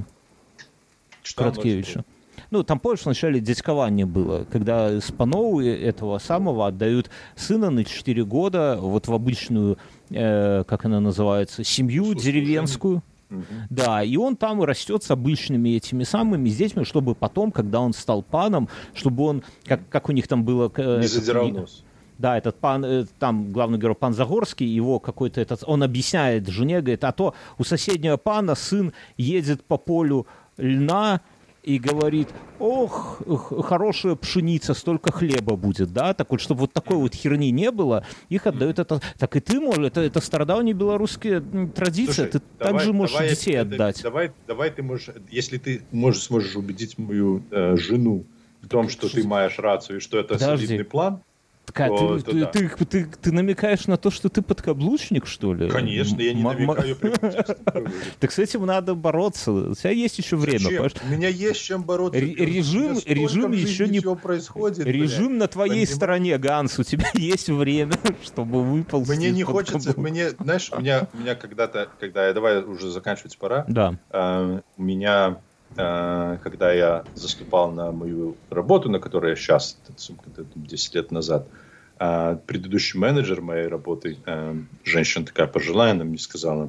Читал, Краткевича. Ну, там, помнишь, вначале дядькование было, когда из Панову этого самого отдают сына на четыре года вот в обычную, э, как она называется, семью Слушай, деревенскую. Угу. Да, и он там растет с обычными этими самыми детьми, чтобы потом, когда он стал паном, чтобы он, как, как у них там было... Э, не задирал нос. Да, этот пан, э, там главный герой пан Загорский, его какой-то этот, он объясняет жене, говорит, а то у соседнего пана сын едет по полю льна, и говорит, ох, хорошая пшеница, столько хлеба будет, да, так вот, чтобы вот такой вот херни не было, их отдают это, так и ты можешь, это, это стародавние белорусские традиции, Слушай, ты давай, также можешь давай, детей это, отдать. Давай, давай ты можешь, если ты можешь, сможешь убедить мою э, жену в том, что, что ты маешь рацию и что это Подожди. солидный план. Так, а то, ты, то ты, да. ты, ты, ты намекаешь на то, что ты подкаблучник, что ли? Конечно, я не М- м- намекаю, прямо текстом говорю. Так с этим надо бороться. У тебя есть еще время, Зачем? понимаешь? У меня есть чем бороться. Ре- режим- У меня столько режим в жизни еще не- всего происходит. Режим блядь. на твоей Понимаешь? стороне, Ганс. У тебя есть время, чтобы выползти. Мне не из-под хочется, каблука. мне, знаешь, у меня, у меня когда-то, когда я, давай уже заканчивать пора, Да. э, у меня, э, когда я заступал на мою работу, на которой я сейчас, десять лет назад, э, предыдущий менеджер моей работы, э, женщина такая пожилая, она мне сказала,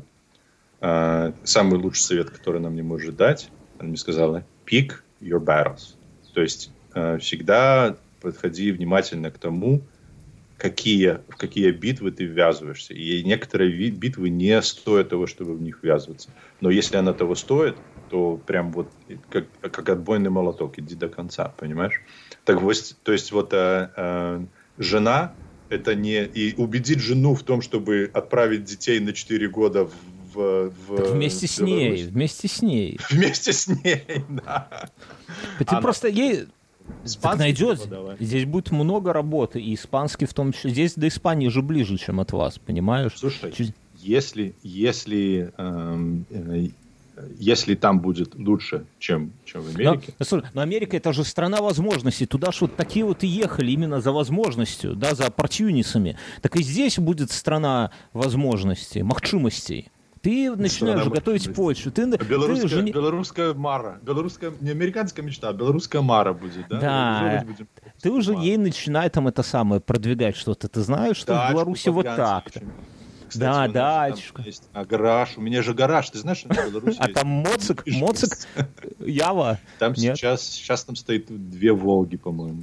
э, самый лучший совет, который она мне может дать, она мне сказала, pick your battles. То есть э, всегда подходи внимательно к тому, какие, в какие битвы ты ввязываешься. И некоторые ви- битвы не стоят того, чтобы в них ввязываться. Но если она того стоит, то прям вот как, как отбойный молоток, иди до конца, понимаешь? Так вот, то есть вот э, э, жена, это не... И убедить жену в том, чтобы отправить детей на четыре года в, в, в Так вместе с Беларусь. ней, вместе с ней. Вместе с ней, да. Ты Она- просто ей... Так Испанский найдет. преподавай. Здесь будет много работы, и испанский в том числе. Здесь до Испании же ближе, чем от вас, понимаешь? Слушай, Чуть- если, если, эм, э, если там будет лучше, чем, чем в Но, Америке, ну, слушай, но Америка это же страна возможностей. Туда ж вот такие вот и ехали именно за возможностью, да, за оппортюнисами. Так и здесь будет страна возможностей, махчимостей. Ты начинаешь же готовить почву. Ты, ты белорусская, же не- белорусская мара, белорусская, не американская мечта, а белорусская мара будет, да? Да. Реализовывать будем Ты уже Мара. ей начинай там это самое продвигать что-то. Ты знаешь, что Дачку в Беларуси под вот так-то. Ганцевичем. Кстати, Да, у нас же там дачка. есть, а гараж, у меня же гараж, ты знаешь, что в Беларуси А есть там моцик, недвижимость? моцик, Ява. Там Нет? сейчас, сейчас там стоит две Волги, по-моему.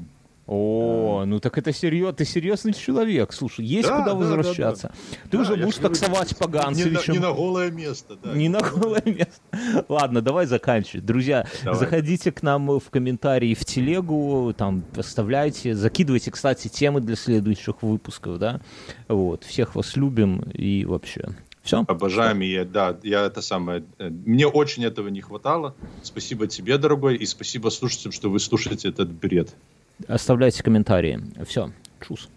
О, ну так это серьезно, ты серьезный человек. Слушай, есть Да, куда да, возвращаться. Ты Да, уже я будешь же говорю, таксовать по не на- Ганцевичам. Не на голое место, да. Не на голое место. Ладно, давай заканчивать. Друзья, Давай. заходите к нам в комментарии в телегу, там оставляйте, закидывайте, кстати, темы для следующих выпусков, да. Вот, всех вас любим и вообще. Все? Обожаем, и я, да, я это самое... э, Мне очень этого не хватало. Спасибо тебе, дорогой, и спасибо слушателям, что вы слушаете этот бред. Оставляйте комментарии. Все. Чус.